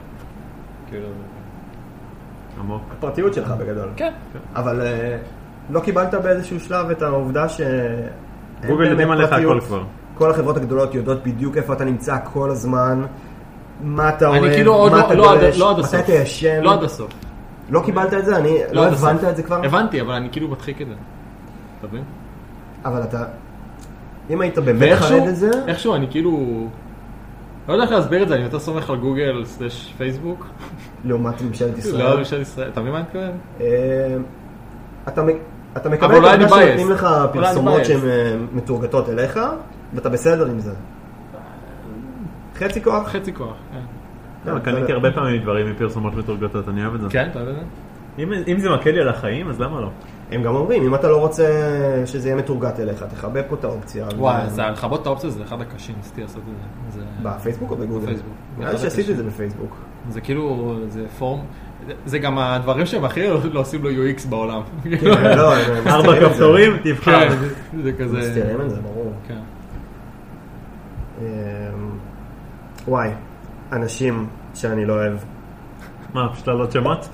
עמוק. הפרטיות שלך בגדול. כן. אבל לא קיבלת באיזשהו שלב את העובדה ש... גוגל יודעים עליך הכל כבר. כל החברות הגדולות יודעות בדיוק איפה אתה נמצא כל הזמן. מה אתה אוהב, אני כאילו עוד מה אתה לא עד גולש, הסוף. מתי אתה ישן. לא עד הסוף. לא קיבלת את זה? אני לא הבנת את זה כבר? הבנתי, אבל אני כאילו מדחיק את זה. אתה מבין? אבל אתה... אם היית באמת חרד את זה... איכשהו אני כאילו... לא יודע איך להסביר את זה, אני יותר סומך על גוגל סלש פייסבוק. לעומת ממשלת ישראל. לא, ממשלת ישראל. אתה מבין מה אני מתכוון? אתה מקבל את זה שנותנים לך פרסומות שהן מתורגתות אליך, ואתה בסדר עם זה. חצי כוח? חצי כוח, כן. קניתי הרבה פעמים דברים מפרסומות מתורגתות, אני אוהב את זה. כן, אתה אוהב את זה? אם זה מקל לי על החיים, אז למה לא? הם גם אומרים, אם אתה לא רוצה שזה יהיה מתורגת אליך, תחבא פה את האופציה. וואי, לחבות את האופציה זה אחד הקשים, ניסיתי לעשות את זה. בפייסבוק או בגוגל? בפייסבוק. נראה לי שעשיתי את זה בפייסבוק. זה כאילו, זה פורם, זה גם הדברים שהם הכי לא עושים לו יו אקס בעולם. כן, לא, ארבע כפתורים, תבחר. זה כזה... מסתירים את זה, ברור. כן. וואי, אנשים שאני לא אוהב. מה, פשוט לעלות שמות?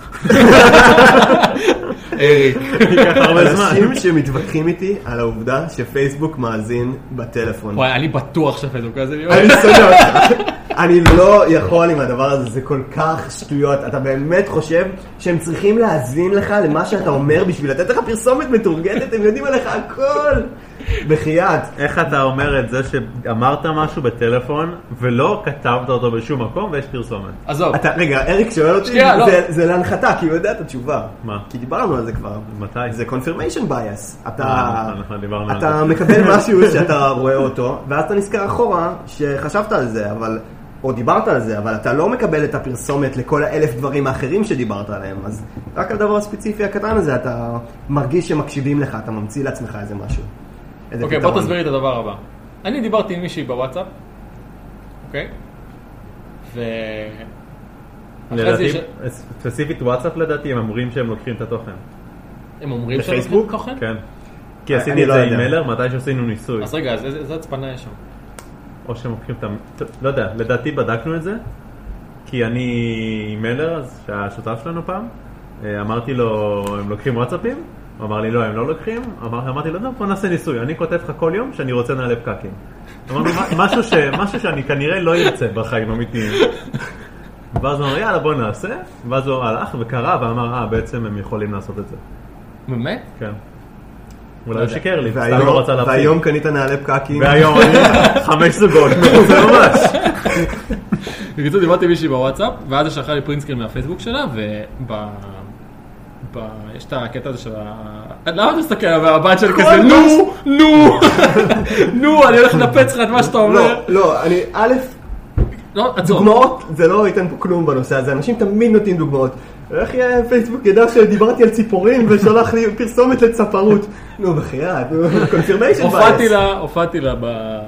אריק. ייקח הרבה זמן. אנשים שמתווכחים איתי על העובדה שפייסבוק מאזין בטלפון. וואי, אני בטוח שפייסבוק הזה לי. אני שונא אותך. אני לא יכול עם הדבר הזה, זה כל כך שטויות. אתה באמת חושב שהם צריכים להאזין לך למה שאתה אומר בשביל לתת לך פרסומת מתורגטת? הם יודעים עליך הכל. בחייאת. איך אתה אומר את זה שאמרת משהו בטלפון ולא כתבת אותו בשום מקום ויש פרסומת? עזוב. רגע, אריק שואל אותי, זה להנחתה, כי הוא יודע את התשובה. מה? כי דיברנו על זה כבר. מתי? זה confirmation bias. אתה אתה מקבל משהו שאתה רואה אותו, ואז אתה נזכר אחורה שחשבת על זה, אבל... או דיברת על זה, אבל אתה לא מקבל את הפרסומת לכל האלף דברים האחרים שדיברת עליהם, אז רק על דבר הספציפי הקטן הזה, אתה מרגיש שמקשיבים לך, אתה ממציא לעצמך איזה משהו. אוקיי, בוא תסביר לי את הדבר הבא. אני דיברתי עם מישהי בוואטסאפ, אוקיי? ו... לדעתי, ספציפית וואטסאפ לדעתי, הם אומרים שהם לוקחים את התוכן. הם אומרים שהם לוקחים את התוכן? כן. כי עשיתי את זה עם מלר, מתי שעשינו ניסוי. אז רגע, איזה הצפנה יש שם? או שהם לוקחים את... לא יודע, לדעתי בדקנו את זה, כי אני מלר, אז שהשותף שלנו פעם, אמרתי לו, הם לוקחים וואטסאפים? הוא אמר לי, לא, הם לא לוקחים. אמרתי לו, לא, בוא נעשה ניסוי, אני כותב לך כל יום שאני רוצה נעלה פקקים. אמרנו, משהו שאני כנראה לא ירצה בחיים אמיתיים. ואז הוא אמר, יאללה, בוא נעשה. ואז הוא הלך וקרא ואמר, אה, בעצם הם יכולים לעשות את זה. באמת? כן. אולי הוא שיקר לי, סתם לא רצה להפסיק. והיום קנית נעלה פקקים. והיום אני חמש זוגות, זה ממש. בקיצור, דיברתי מישהי בוואטסאפ, ואז היא שלחה לי פרינט מהפייסבוק שלה, ויש את הקטע הזה של ה... למה אתה מסתכל על הבת שלי כזה, נו, נו, נו, אני הולך לנפץ לך את מה שאתה אומר. לא, לא, אני, א', דוגמאות, זה לא ייתן פה כלום בנושא הזה, אנשים תמיד נותנים דוגמאות. איך יהיה פייסבוק ידע שדיברתי על ציפורים ושולח לי פרסומת לצפרות? נו, בחייאת, confirmation bias. הופעתי לה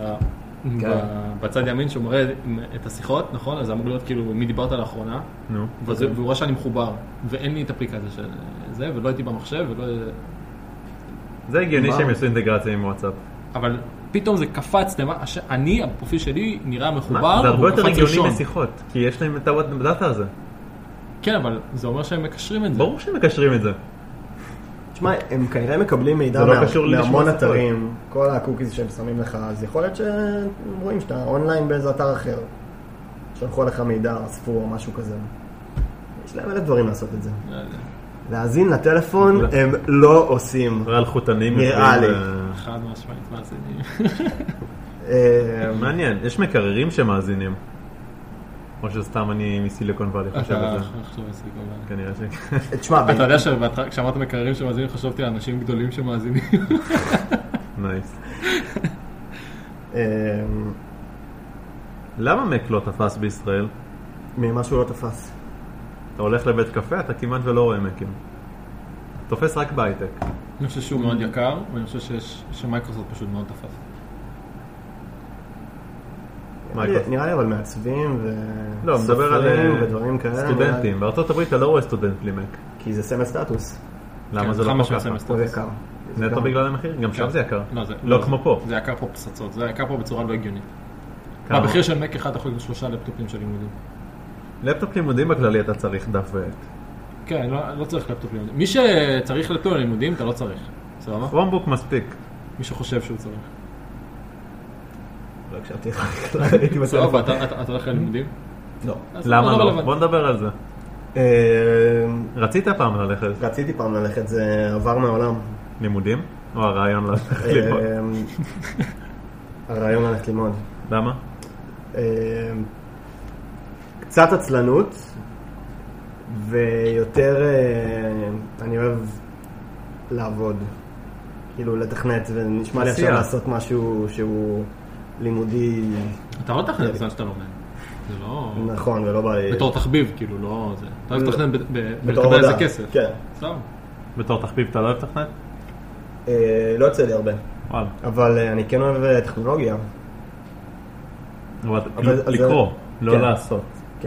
בצד ימין שהוא מראה את השיחות, נכון? אז זה אמור להיות כאילו מי דיברת לאחרונה, והוא רואה שאני מחובר, ואין לי את אפליקציה של זה, ולא הייתי במחשב, ולא... זה הגיוני שהם יעשו אינטגרציה עם וואטסאפ. אבל פתאום זה קפץ, אני, הפרופיל שלי נראה מחובר, זה הרבה יותר הגיוני משיחות, כי יש להם את הדאטה הזה. כן, אבל זה אומר שהם מקשרים את זה. ברור שהם מקשרים את זה. תשמע, הם כנראה מקבלים מידע מהמון אתרים, כל הקוקיז שהם שמים לך, אז יכול להיות שהם רואים שאתה אונליין באיזה אתר אחר, שלחו לך מידע, אספו או משהו כזה. יש להם אלף דברים לעשות את זה. להאזין לטלפון הם לא עושים. רעל חוטנים. נראה לי. חד משמעית מאזינים. מעניין, יש מקררים שמאזינים. או שסתם אני מסיליקון ואלי חושב על זה. אתה חושב מסיליקון ואלי. כנראה ש... תשמע, אתה יודע שכשאמרת מקררים שמאזינים חשבתי על אנשים גדולים שמאזינים. נייס. למה מק לא תפס בישראל? ממשהו לא תפס. אתה הולך לבית קפה, אתה כמעט ולא רואה מקים. תופס רק בהייטק. אני חושב שהוא מאוד יקר, ואני חושב שמייקרוסופט פשוט מאוד תפס. נראה לי אבל מעצבים וסופרים ודברים כאלה. סטודנטים. בארצות הברית אתה לא רואה סטודנט בלי מק. כי זה סמל סטטוס. למה זה לא פה ככה? זה יקר. נטו בגלל המחיר? גם שם זה יקר. לא כמו פה. זה יקר פה פצצות. זה יקר פה בצורה לא הגיונית. במחיר של מק אחד אתה יכול לקנות שלושה לפטופים של לימודים. לפטופ לימודים בכללי אתה צריך דף ועט. כן, לא צריך לפטופ לימודים. מי שצריך לפטופ לימודים אתה לא צריך. סבבה? כרומבוק מספיק. מי שחושב שהוא צריך. לא הקשבתי לך. סבבה, אתה הולך ללימודים? לא. למה לא? בוא נדבר על זה. אה, רצית פעם ללכת? רציתי פעם ללכת, זה עבר מעולם. לימודים? או הרעיון ללכת ללמוד? אה, הרעיון ללכת ללמוד. למה? אה, קצת עצלנות, ויותר אה, אני אוהב לעבוד, כאילו לתכנת, ונשמע לי עכשיו עשייה. לעשות משהו שהוא לימודי. אתה לא תכנן בזמן שאתה לומד. זה לא... נכון, ולא בא לי... בתור תחביב, כאילו, לא... זה- אתה אוהב לתכנן ב- ב- בתור ולקבל איזה עבודה. כסף. כן. סתם. בתור תחביב אתה לא אוהב תכנת? אה, לא יוצא לי הרבה, וואלה. אבל אה, אני כן אוהב אה, טכנולוגיה. אבל אבל- אז לקרוא, זה- לא כן. לעשות. כן.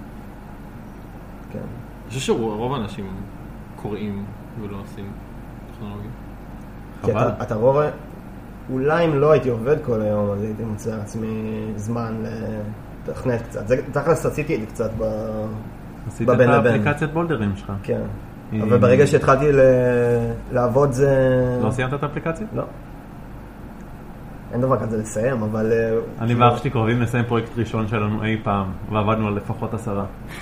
כן. אני חושב שרוב האנשים קוראים ולא עושים טכנולוגיה. כי חבל. אתה, אתה רואה, אולי אם לא הייתי עובד כל היום, אז הייתי מוצא לעצמי זמן לתכנת קצת. זה, תכלס עשיתי את זה קצת ב... עשית בבין את לבין. האפליקציית בולדרים שלך. כן. היא- אבל ברגע שהתחלתי ל... לעבוד זה... לא סיימת את האפליקציה? לא. אין דבר כזה לסיים, אבל... אה, אני כאילו, ואח שלי קרובים לסיים פרויקט ראשון שלנו אי פעם, ועבדנו על לפחות עשרה.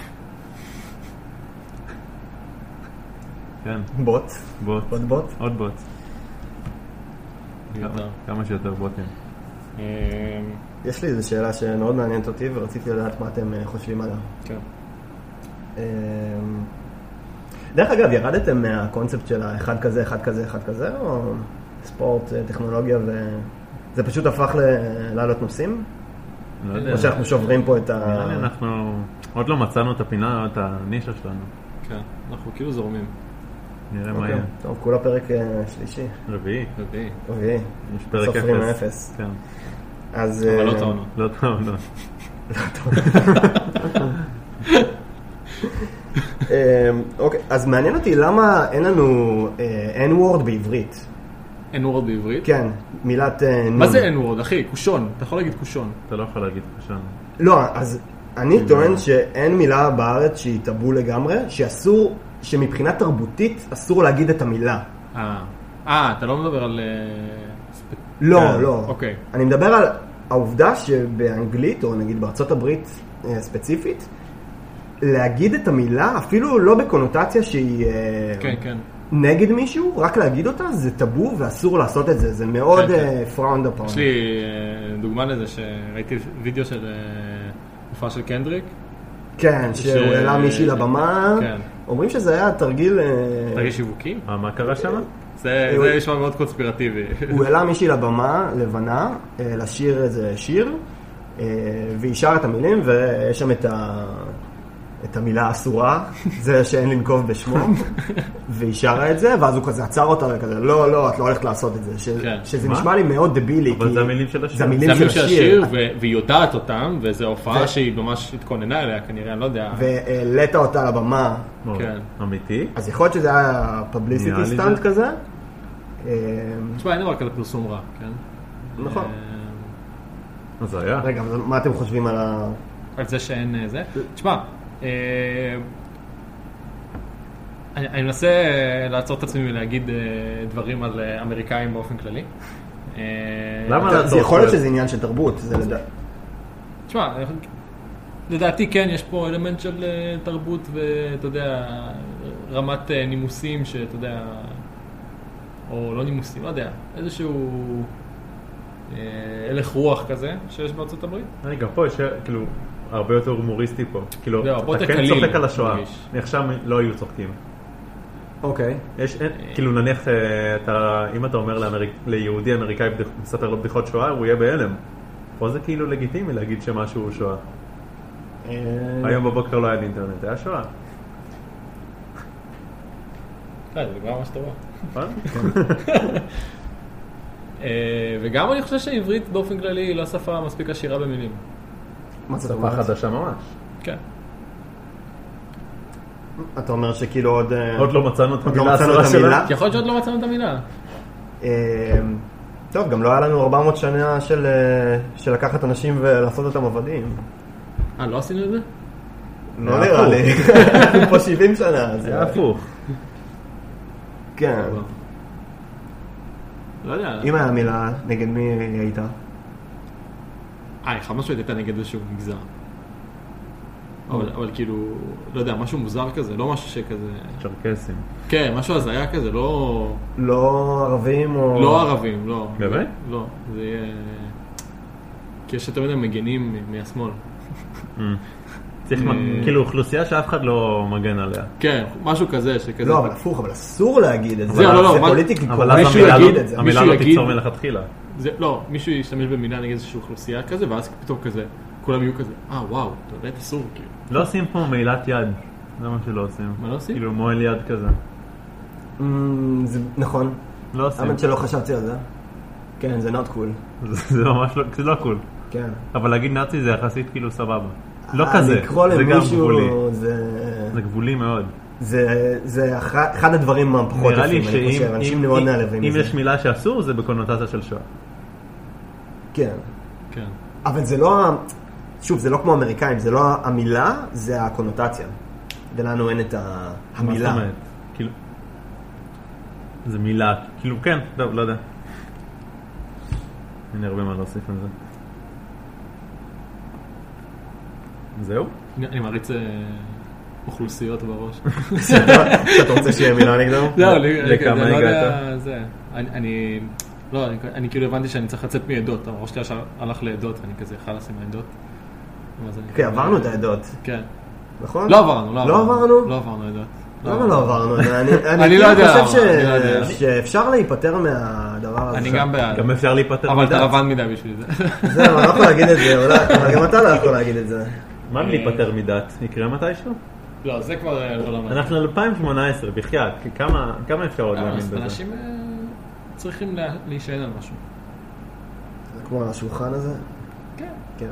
כן, בוט. בוט. עוד בוט. עוד בוט. מיותר. כמה שיותר בוטים. אמ, יש לי איזו שאלה שמאוד מעניינת אותי, ורציתי לדעת מה אתם אה, חושבים עליה. כן. אמ, דרך אגב, ירדתם מהקונספט של האחד כזה, אחד כזה, אחד כזה, או ספורט, אה, טכנולוגיה, וזה פשוט הפך ל- לעלות נושאים? לא יודע. או שאנחנו שוברים פה את ה... נראה לי אנחנו עוד לא מצאנו את הפינה, את הנישה שלנו. כן. אנחנו כאילו זורמים. נראה מה אוקיי. יהיה. טוב, כולה פרק אה, שלישי. רביעי. רביעי. רביעי. יש פרק אפס. סופרים מאפס. כן. אז... אבל אה, לא טעונות. לא טוב, לא. אה, אוקיי, אז מעניין אותי למה אין לנו אה, N-word בעברית. אין וורד בעברית? כן, מילת אה, נון. מה זה אין וורד, אחי? קושון. אתה יכול להגיד קושון. אתה לא יכול להגיד פשן. לא, אז אני טוען שאין מילה בארץ שהיא טאבו לגמרי, שאסור, שמבחינה תרבותית אסור להגיד את המילה. אה. אה, אתה לא מדבר על... אה, ספ- לא, כן, לא. אוקיי. אני מדבר על העובדה שבאנגלית, או נגיד בארצות הברית אה, ספציפית, להגיד את המילה, אפילו לא בקונוטציה שהיא אה, כן, כן. נגד מישהו, רק להגיד אותה, זה טאבו ואסור לעשות את זה. זה מאוד כן, כן. פראונד אפון. יש לי אה, דוגמה לזה שראיתי וידאו של אה, הופעה של קנדריק. כן, ש- שהוא העלה מישהי לבמה. כן. אומרים שזה היה תרגיל... אה, תרגיל שיווקי? אה, מה קרה שם? זה הוא- זה נשמע מאוד קונספירטיבי. הוא העלה מישהי לבמה, לבנה, אה, לשיר איזה שיר, אה, והיא שרה את המילים, ויש שם את, ה... את המילה האסורה, זה שאין לנקוב בשמו, והיא שרה את זה, ואז הוא כזה עצר אותה וכזה, לא, לא, את לא הולכת לעשות את זה, ש... כן. שזה מה? נשמע לי מאוד דבילי. אבל כי- זה המילים של השיר. זה המילים זה של המילים של השיר, השיר, ו- והיא יודעת אותם, וזו הופעה ו- שהיא ממש התכוננה אליה, כנראה, אני לא יודע. והעלית אותה לבמה, מאוד. כן. אמיתי? אז יכול להיות שזה היה פבליסיטי נראה לי סטאנט זה. כזה. אה, תשמע, אין דבר כזה פרסום רע, כן? נכון. אה, אז זה היה. רגע, אבל מה אתם חושבים על ה... על זה שאין אה, זה. תשמע, אה, אני אני מנסה אה, לעצור את עצמי ולהגיד אה, דברים על אה, אמריקאים באופן כללי. אה, למה? זה לעצור יכול להיות את זה? שזה עניין של תרבות, זה לדע... תשמע, לדעתי כן, יש פה אלמנט של אה, תרבות ואתה יודע, רמת אה, נימוסים שאתה יודע, או לא נימוסים, לא יודע, איזשהו אה, הלך רוח כזה שיש בארצות הברית. אני גם פה יש כאילו הרבה יותר הומוריסטי פה. כאילו, זהו, פה אתה יותר כן קליל, צוחק על השואה. מרגיש. עכשיו לא היו צוחקים. אוקיי. יש, אין, כאילו נניח, אה, אתה, אם אתה אומר לאמריק, ליהודי אמריקאי בדיח- מספר לו בדיחות שואה, הוא יהיה בהלם. פה זה כאילו לגיטימי להגיד שמשהו הוא שואה. אה, היום בבוקר לא היה אינטרנט, היה שואה. כן, זה כבר ממש טובה. נכון? אה, וגם אני חושב שעברית באופן כללי היא לא שפה מספיק עשירה במילים. מה זאת שפה אומרת? חדשה ממש. כן. אתה אומר שכאילו עוד... אה, עוד לא מצאנו את עוד לא המילה מצאנו האסורה את שלה. המילה? יכול להיות שעוד לא מצאנו את המילה. אה, טוב, גם לא היה לנו ארבע מאות שנה של, אה, של לקחת אנשים ולעשות אותם עבדים. אה, לא עשינו את זה? לא היה נראה הפוך. לי. אנחנו פה שבעים שנה. אז, זה היה אה, הפוך. כן. לא יודע. אם היה מילה, נגד מי היית? אה, חד משמעית הייתה נגד איזשהו מגזר. אבל, אבל כאילו, לא יודע, משהו מוזר כזה, לא משהו שכזה... צ'רקסים. כן, משהו הזיה כזה, לא... לא ערבים או... לא ערבים, לא. באמת? לא, זה יהיה... כי יש תמיד הם מגנים מהשמאל. צריך כאילו אוכלוסייה שאף אחד לא מגן עליה. כן, משהו כזה, שכזה... לא, אבל הפוך, אבל אסור להגיד את זה. זהו, לא, לא, זה מה- פוליטיקלי אבל קורקט אז להגיד את זה. המילה מישהו לא יגיד- תיצור מלכתחילה. זה, לא, מישהו ישתמש במילה נגד איזושהי אוכלוסייה כזה, ואז פתאום כזה, כולם יהיו כזה, אה, וואו, אתה באמת אסור, כאילו. לא עושים פה מעילת יד. זה מה שלא עושים. מה לא עושים? כאילו מועל יד כזה. אמ, זה נכון. לא עושים. האמת שלא חשבתי על זה. כן, זה not cool. זה ממש לא, זה לא קול. כן. אבל להגיד נאצי זה יחסית כאילו סבבה. לא אה, כזה, לקרוא זה גם למישהו, גבולי. זה- זה גבולי מאוד. זה זה אח- אחד הדברים הפחות נראה לי יפים, אני שאם חושב. אנשים אם- מאוד אם- נעלבים אם מזה. יש מילה שאסור זה בקונוטציה של שואה. כן. כן. אבל זה לא, שוב, זה לא כמו אמריקאים, זה לא המילה, זה הקונוטציה. ולנו אין את ה- מה המילה. זאת אומרת? כאילו... זה מילה, כאילו כן, טוב, לא יודע. אין לי הרבה מה להוסיף על זה. זהו? אני אני מעריץ אה, אוכלוסיות בראש. אתה רוצה שיהיה מילה נגדו? לא, אני לכמה אני לא יודע, הגעת? זה. אני- אני... לא, אני- אני כאילו הבנתי שאני צריך לצאת מעדות, הראש שלי ישר הלך לעדות, ואני כזה חלאס עם העדות. אז אני כן, כזה- עברנו את העדות, כן. נכון? לא עברנו, לא לא עברנו? לא עברנו עדות. למה לא עברנו? אני אני לא יודע, כאילו חושב אני לא יודע. ש- שאפשר להיפטר מהדבר הזה. אני גם בעד. גם אפשר להיפטר אבל אתה מדעת. לבן מדי בשביל זה. זהו, אני לא יכול להגיד את זה, אולי- אבל גם אתה לא יכול להגיד את זה. מה אם להיפטר מדת? יקרה מתישהו? לא, זה כבר אה, לא למד. אנחנו אלפיים שמונה עשרה, בחייאת, כי כמה כמה אפשר עוד להאמין בזה? אנשים אה, צריכים לה- להישען על משהו. זה כמו השולחן הזה. כן. כן.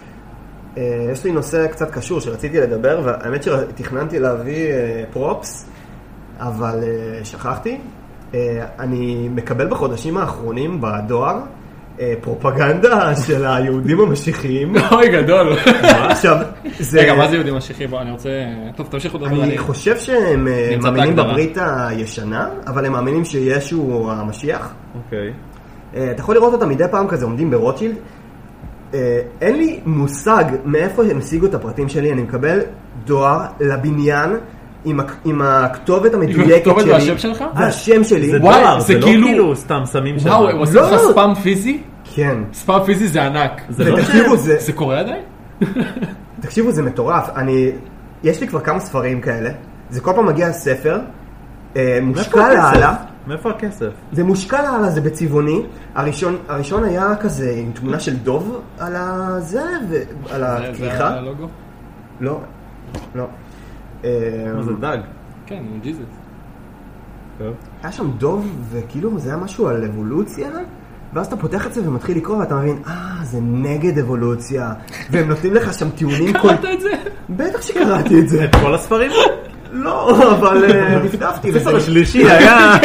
אה, יש לי נושא קצת קשור שרציתי לדבר, והאמת שתכננתי להביא אה, פרופס, אבל אה, שכחתי. אה, אני מקבל בחודשים האחרונים בדואר אה, פרופגנדה של היהודים המשיחיים. אוי, גדול. עכשיו, זה... רגע, מה זה יהודים משיחי? בוא, אני רוצה... טוב, תמשיך לדבר. אני חושב שהם אה, נמצא את מאמינים ההגדרה. בברית הישנה, אבל הם מאמינים שישו הוא המשיח. אוקיי. אה, אתה יכול לראות אותם מדי פעם כזה עומדים ברוטשילד. אה, אין לי מושג מאיפה הם השיגו את הפרטים שלי, אני מקבל דואר לבניין עם, הכ- עם הכתובת המדויקת הכתובת שלי. והשם שלך? והשם שלי. זה וואי, דואר, זה זה לא כאילו- כאילו סתם שמים שם. וואו, הם עושים לא, לך לא. ספאם פיזי? כן. ספאם פיזי זה ענק. זה לא ותקשיבו, זה, זה קורה עדיין? תקשיבו, זה מטורף. אני, יש לי כבר כמה ספרים כאלה. זה כל פעם מגיע ספר, אה, מאיפה מושקע הכסף? להעלה. מאיפה הכסף? זה מושקע להעלה, זה בצבעוני. הראשון, הראשון היה כזה עם תמונה של דוב על הזה, ועל זה הכריכה. הלוגו? לא, לא. אה, מה זה דג? כן, הוא ג'יזוס. טוב. היה שם דוב, וכאילו זה היה משהו על אבולוציה, ואז אתה פותח את זה ומתחיל לקרוא, ואתה מבין, אה, זה נגד אבולוציה. והם נותנים לך שם טיעונים כל... קראת את זה? בטח שקראתי את זה. את כל הספרים? לא, אבל אה, דפדפתי. וזה- הספר השלישי היה...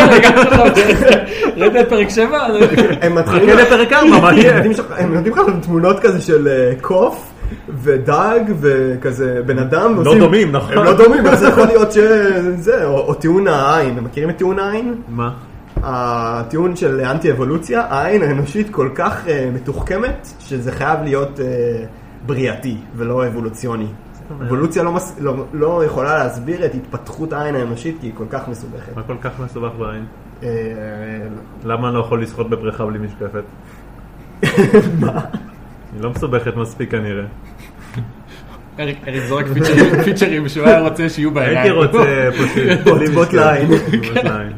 ראית את פרק שבע? הם מתחילים... חכה לפרק ארבע, מה הם יהיה? נותנים לך- הם נותנים לך תמונות כזה של אה, קוף, ודג, וכזה בן אדם. לא ועושים- דומים, נכון? הם לא דומים, אז זה יכול להיות שזה, או או טיעון העין. הם מכירים את טיעון העין? מה? הטיעון של אנטי אבולוציה, העין האנושית כל כך uh, מתוחכמת, שזה חייב להיות uh, בריאתי ולא אבולוציוני. אבולוציה לא, מס... לא, לא יכולה להסביר את התפתחות העין האנושית, כי היא כל כך מסובכת. מה כל כך מסובך בעין? Uh, למה אני לא יכול לשחות בבריכה בלי משקפת? מה? היא לא מסובכת מספיק כנראה. אריק אריק זורק פיצ'רים- פיצ'רים שהוא היה רוצה שיהיו בעיניים. הייתי רוצה פשוט... בוט לעין. בוט לעין.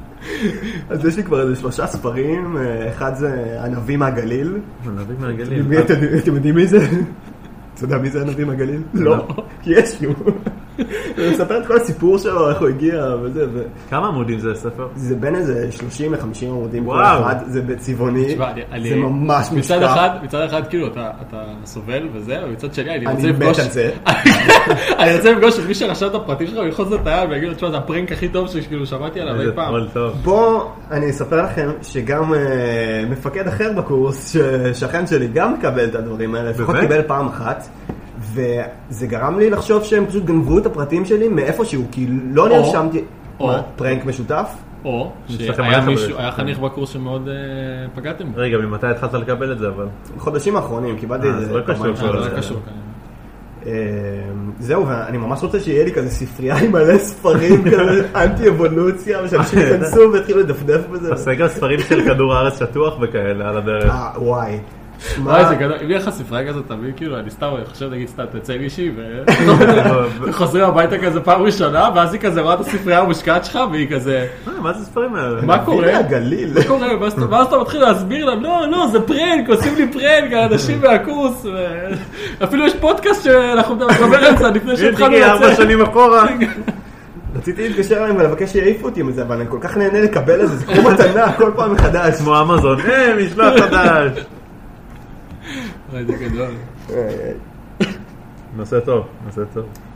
אז יש לי כבר איזה שלושה ספרים, uh, אחד זה הנביא מהגליל. הנביא מהגליל. מי, אתם, אתם יודעים מי זה? אתה יודע מי זה הנביא מהגליל? לא. כי יש לו. הוא מספר את כל הסיפור שלו, איך הוא הגיע וזה. ו... כמה עמודים זה הספר? זה בין איזה שלושים לחמישים עמודים כל וואו. אחד, זה בצבעוני, תשמע, אני- אני- זה ממש מצד מושקע. אחד, מצד אחד כאילו אתה אתה סובל וזה, ומצד שני אני רוצה אני מת לפגוש... על זה. אני רוצה לפגוש את מי שרשם את הפרטים שלך וללחוץ את היד ויגיד לו, תשמע, זה הפרינק הכי טוב שכאילו שמעתי עליו אי איזה פעם. טרול טוב. בוא, אני אספר לכם שגם אה, מפקד אחר בקורס, ששכן שלי, גם מקבל את הדברים האלה, לפחות באמת? קיבל פעם אחת, וזה גרם לי לחשוב שהם פשוט גנבו את הפרטים שלי מאיפשהו, כי לא או- נרשמתי... או- מה, פרנק משותף? או אצלכם שהיה היה מישהו, חבר. היה חניך בקורס שמאוד אה, פגעתם בו. כן. רגע, ממתי התחלת לקבל את זה אבל? בחודשים האחרונים, קיבלתי אה, את זה זה. לא קשור פעמיים כבר אה, שלוש. זה זה- לא קשור. כנראה. זהו, ואני ממש רוצה שיהיה לי כזה ספרייה עם מלא ספרים כזה אנטי אבולוציה, ושאנשים יכנסו והתחילו לדפדף בזה. הסגר ספרים של כדור הארץ שטוח וכאלה על הדרך. אה, וואי. וואי, זה גדול, אם יהיה לך ספרייה כזאת, תביא, כאילו, אני סתם חושב, נגיד, סתם, תצא עם אישי, וחוזרים הביתה כזה פעם ראשונה, ואז היא כזה רואה את הספרייה המושקעת שלך, והיא כזה... מה זה ספרים האלה? מה קורה? הגליל. מה קורה? ואז אתה מתחיל להסביר לה, לא, לא, זה פרנק, עושים לי פרנק, האנשים מהקורס, אפילו יש פודקאסט שאנחנו מדבר על זה, לפני שהתחלנו לצאת. ארבע שנים אחורה. רציתי להתקשר להם ולבקש שיעיפו אותי מזה, אבל אני כל כך נהנה לקבל את זה, זה כמו מתנה, כל פעם מחדש. כמו אמזון, אה, משלוח חדש. זה גדול. נושא טוב, נושא טוב.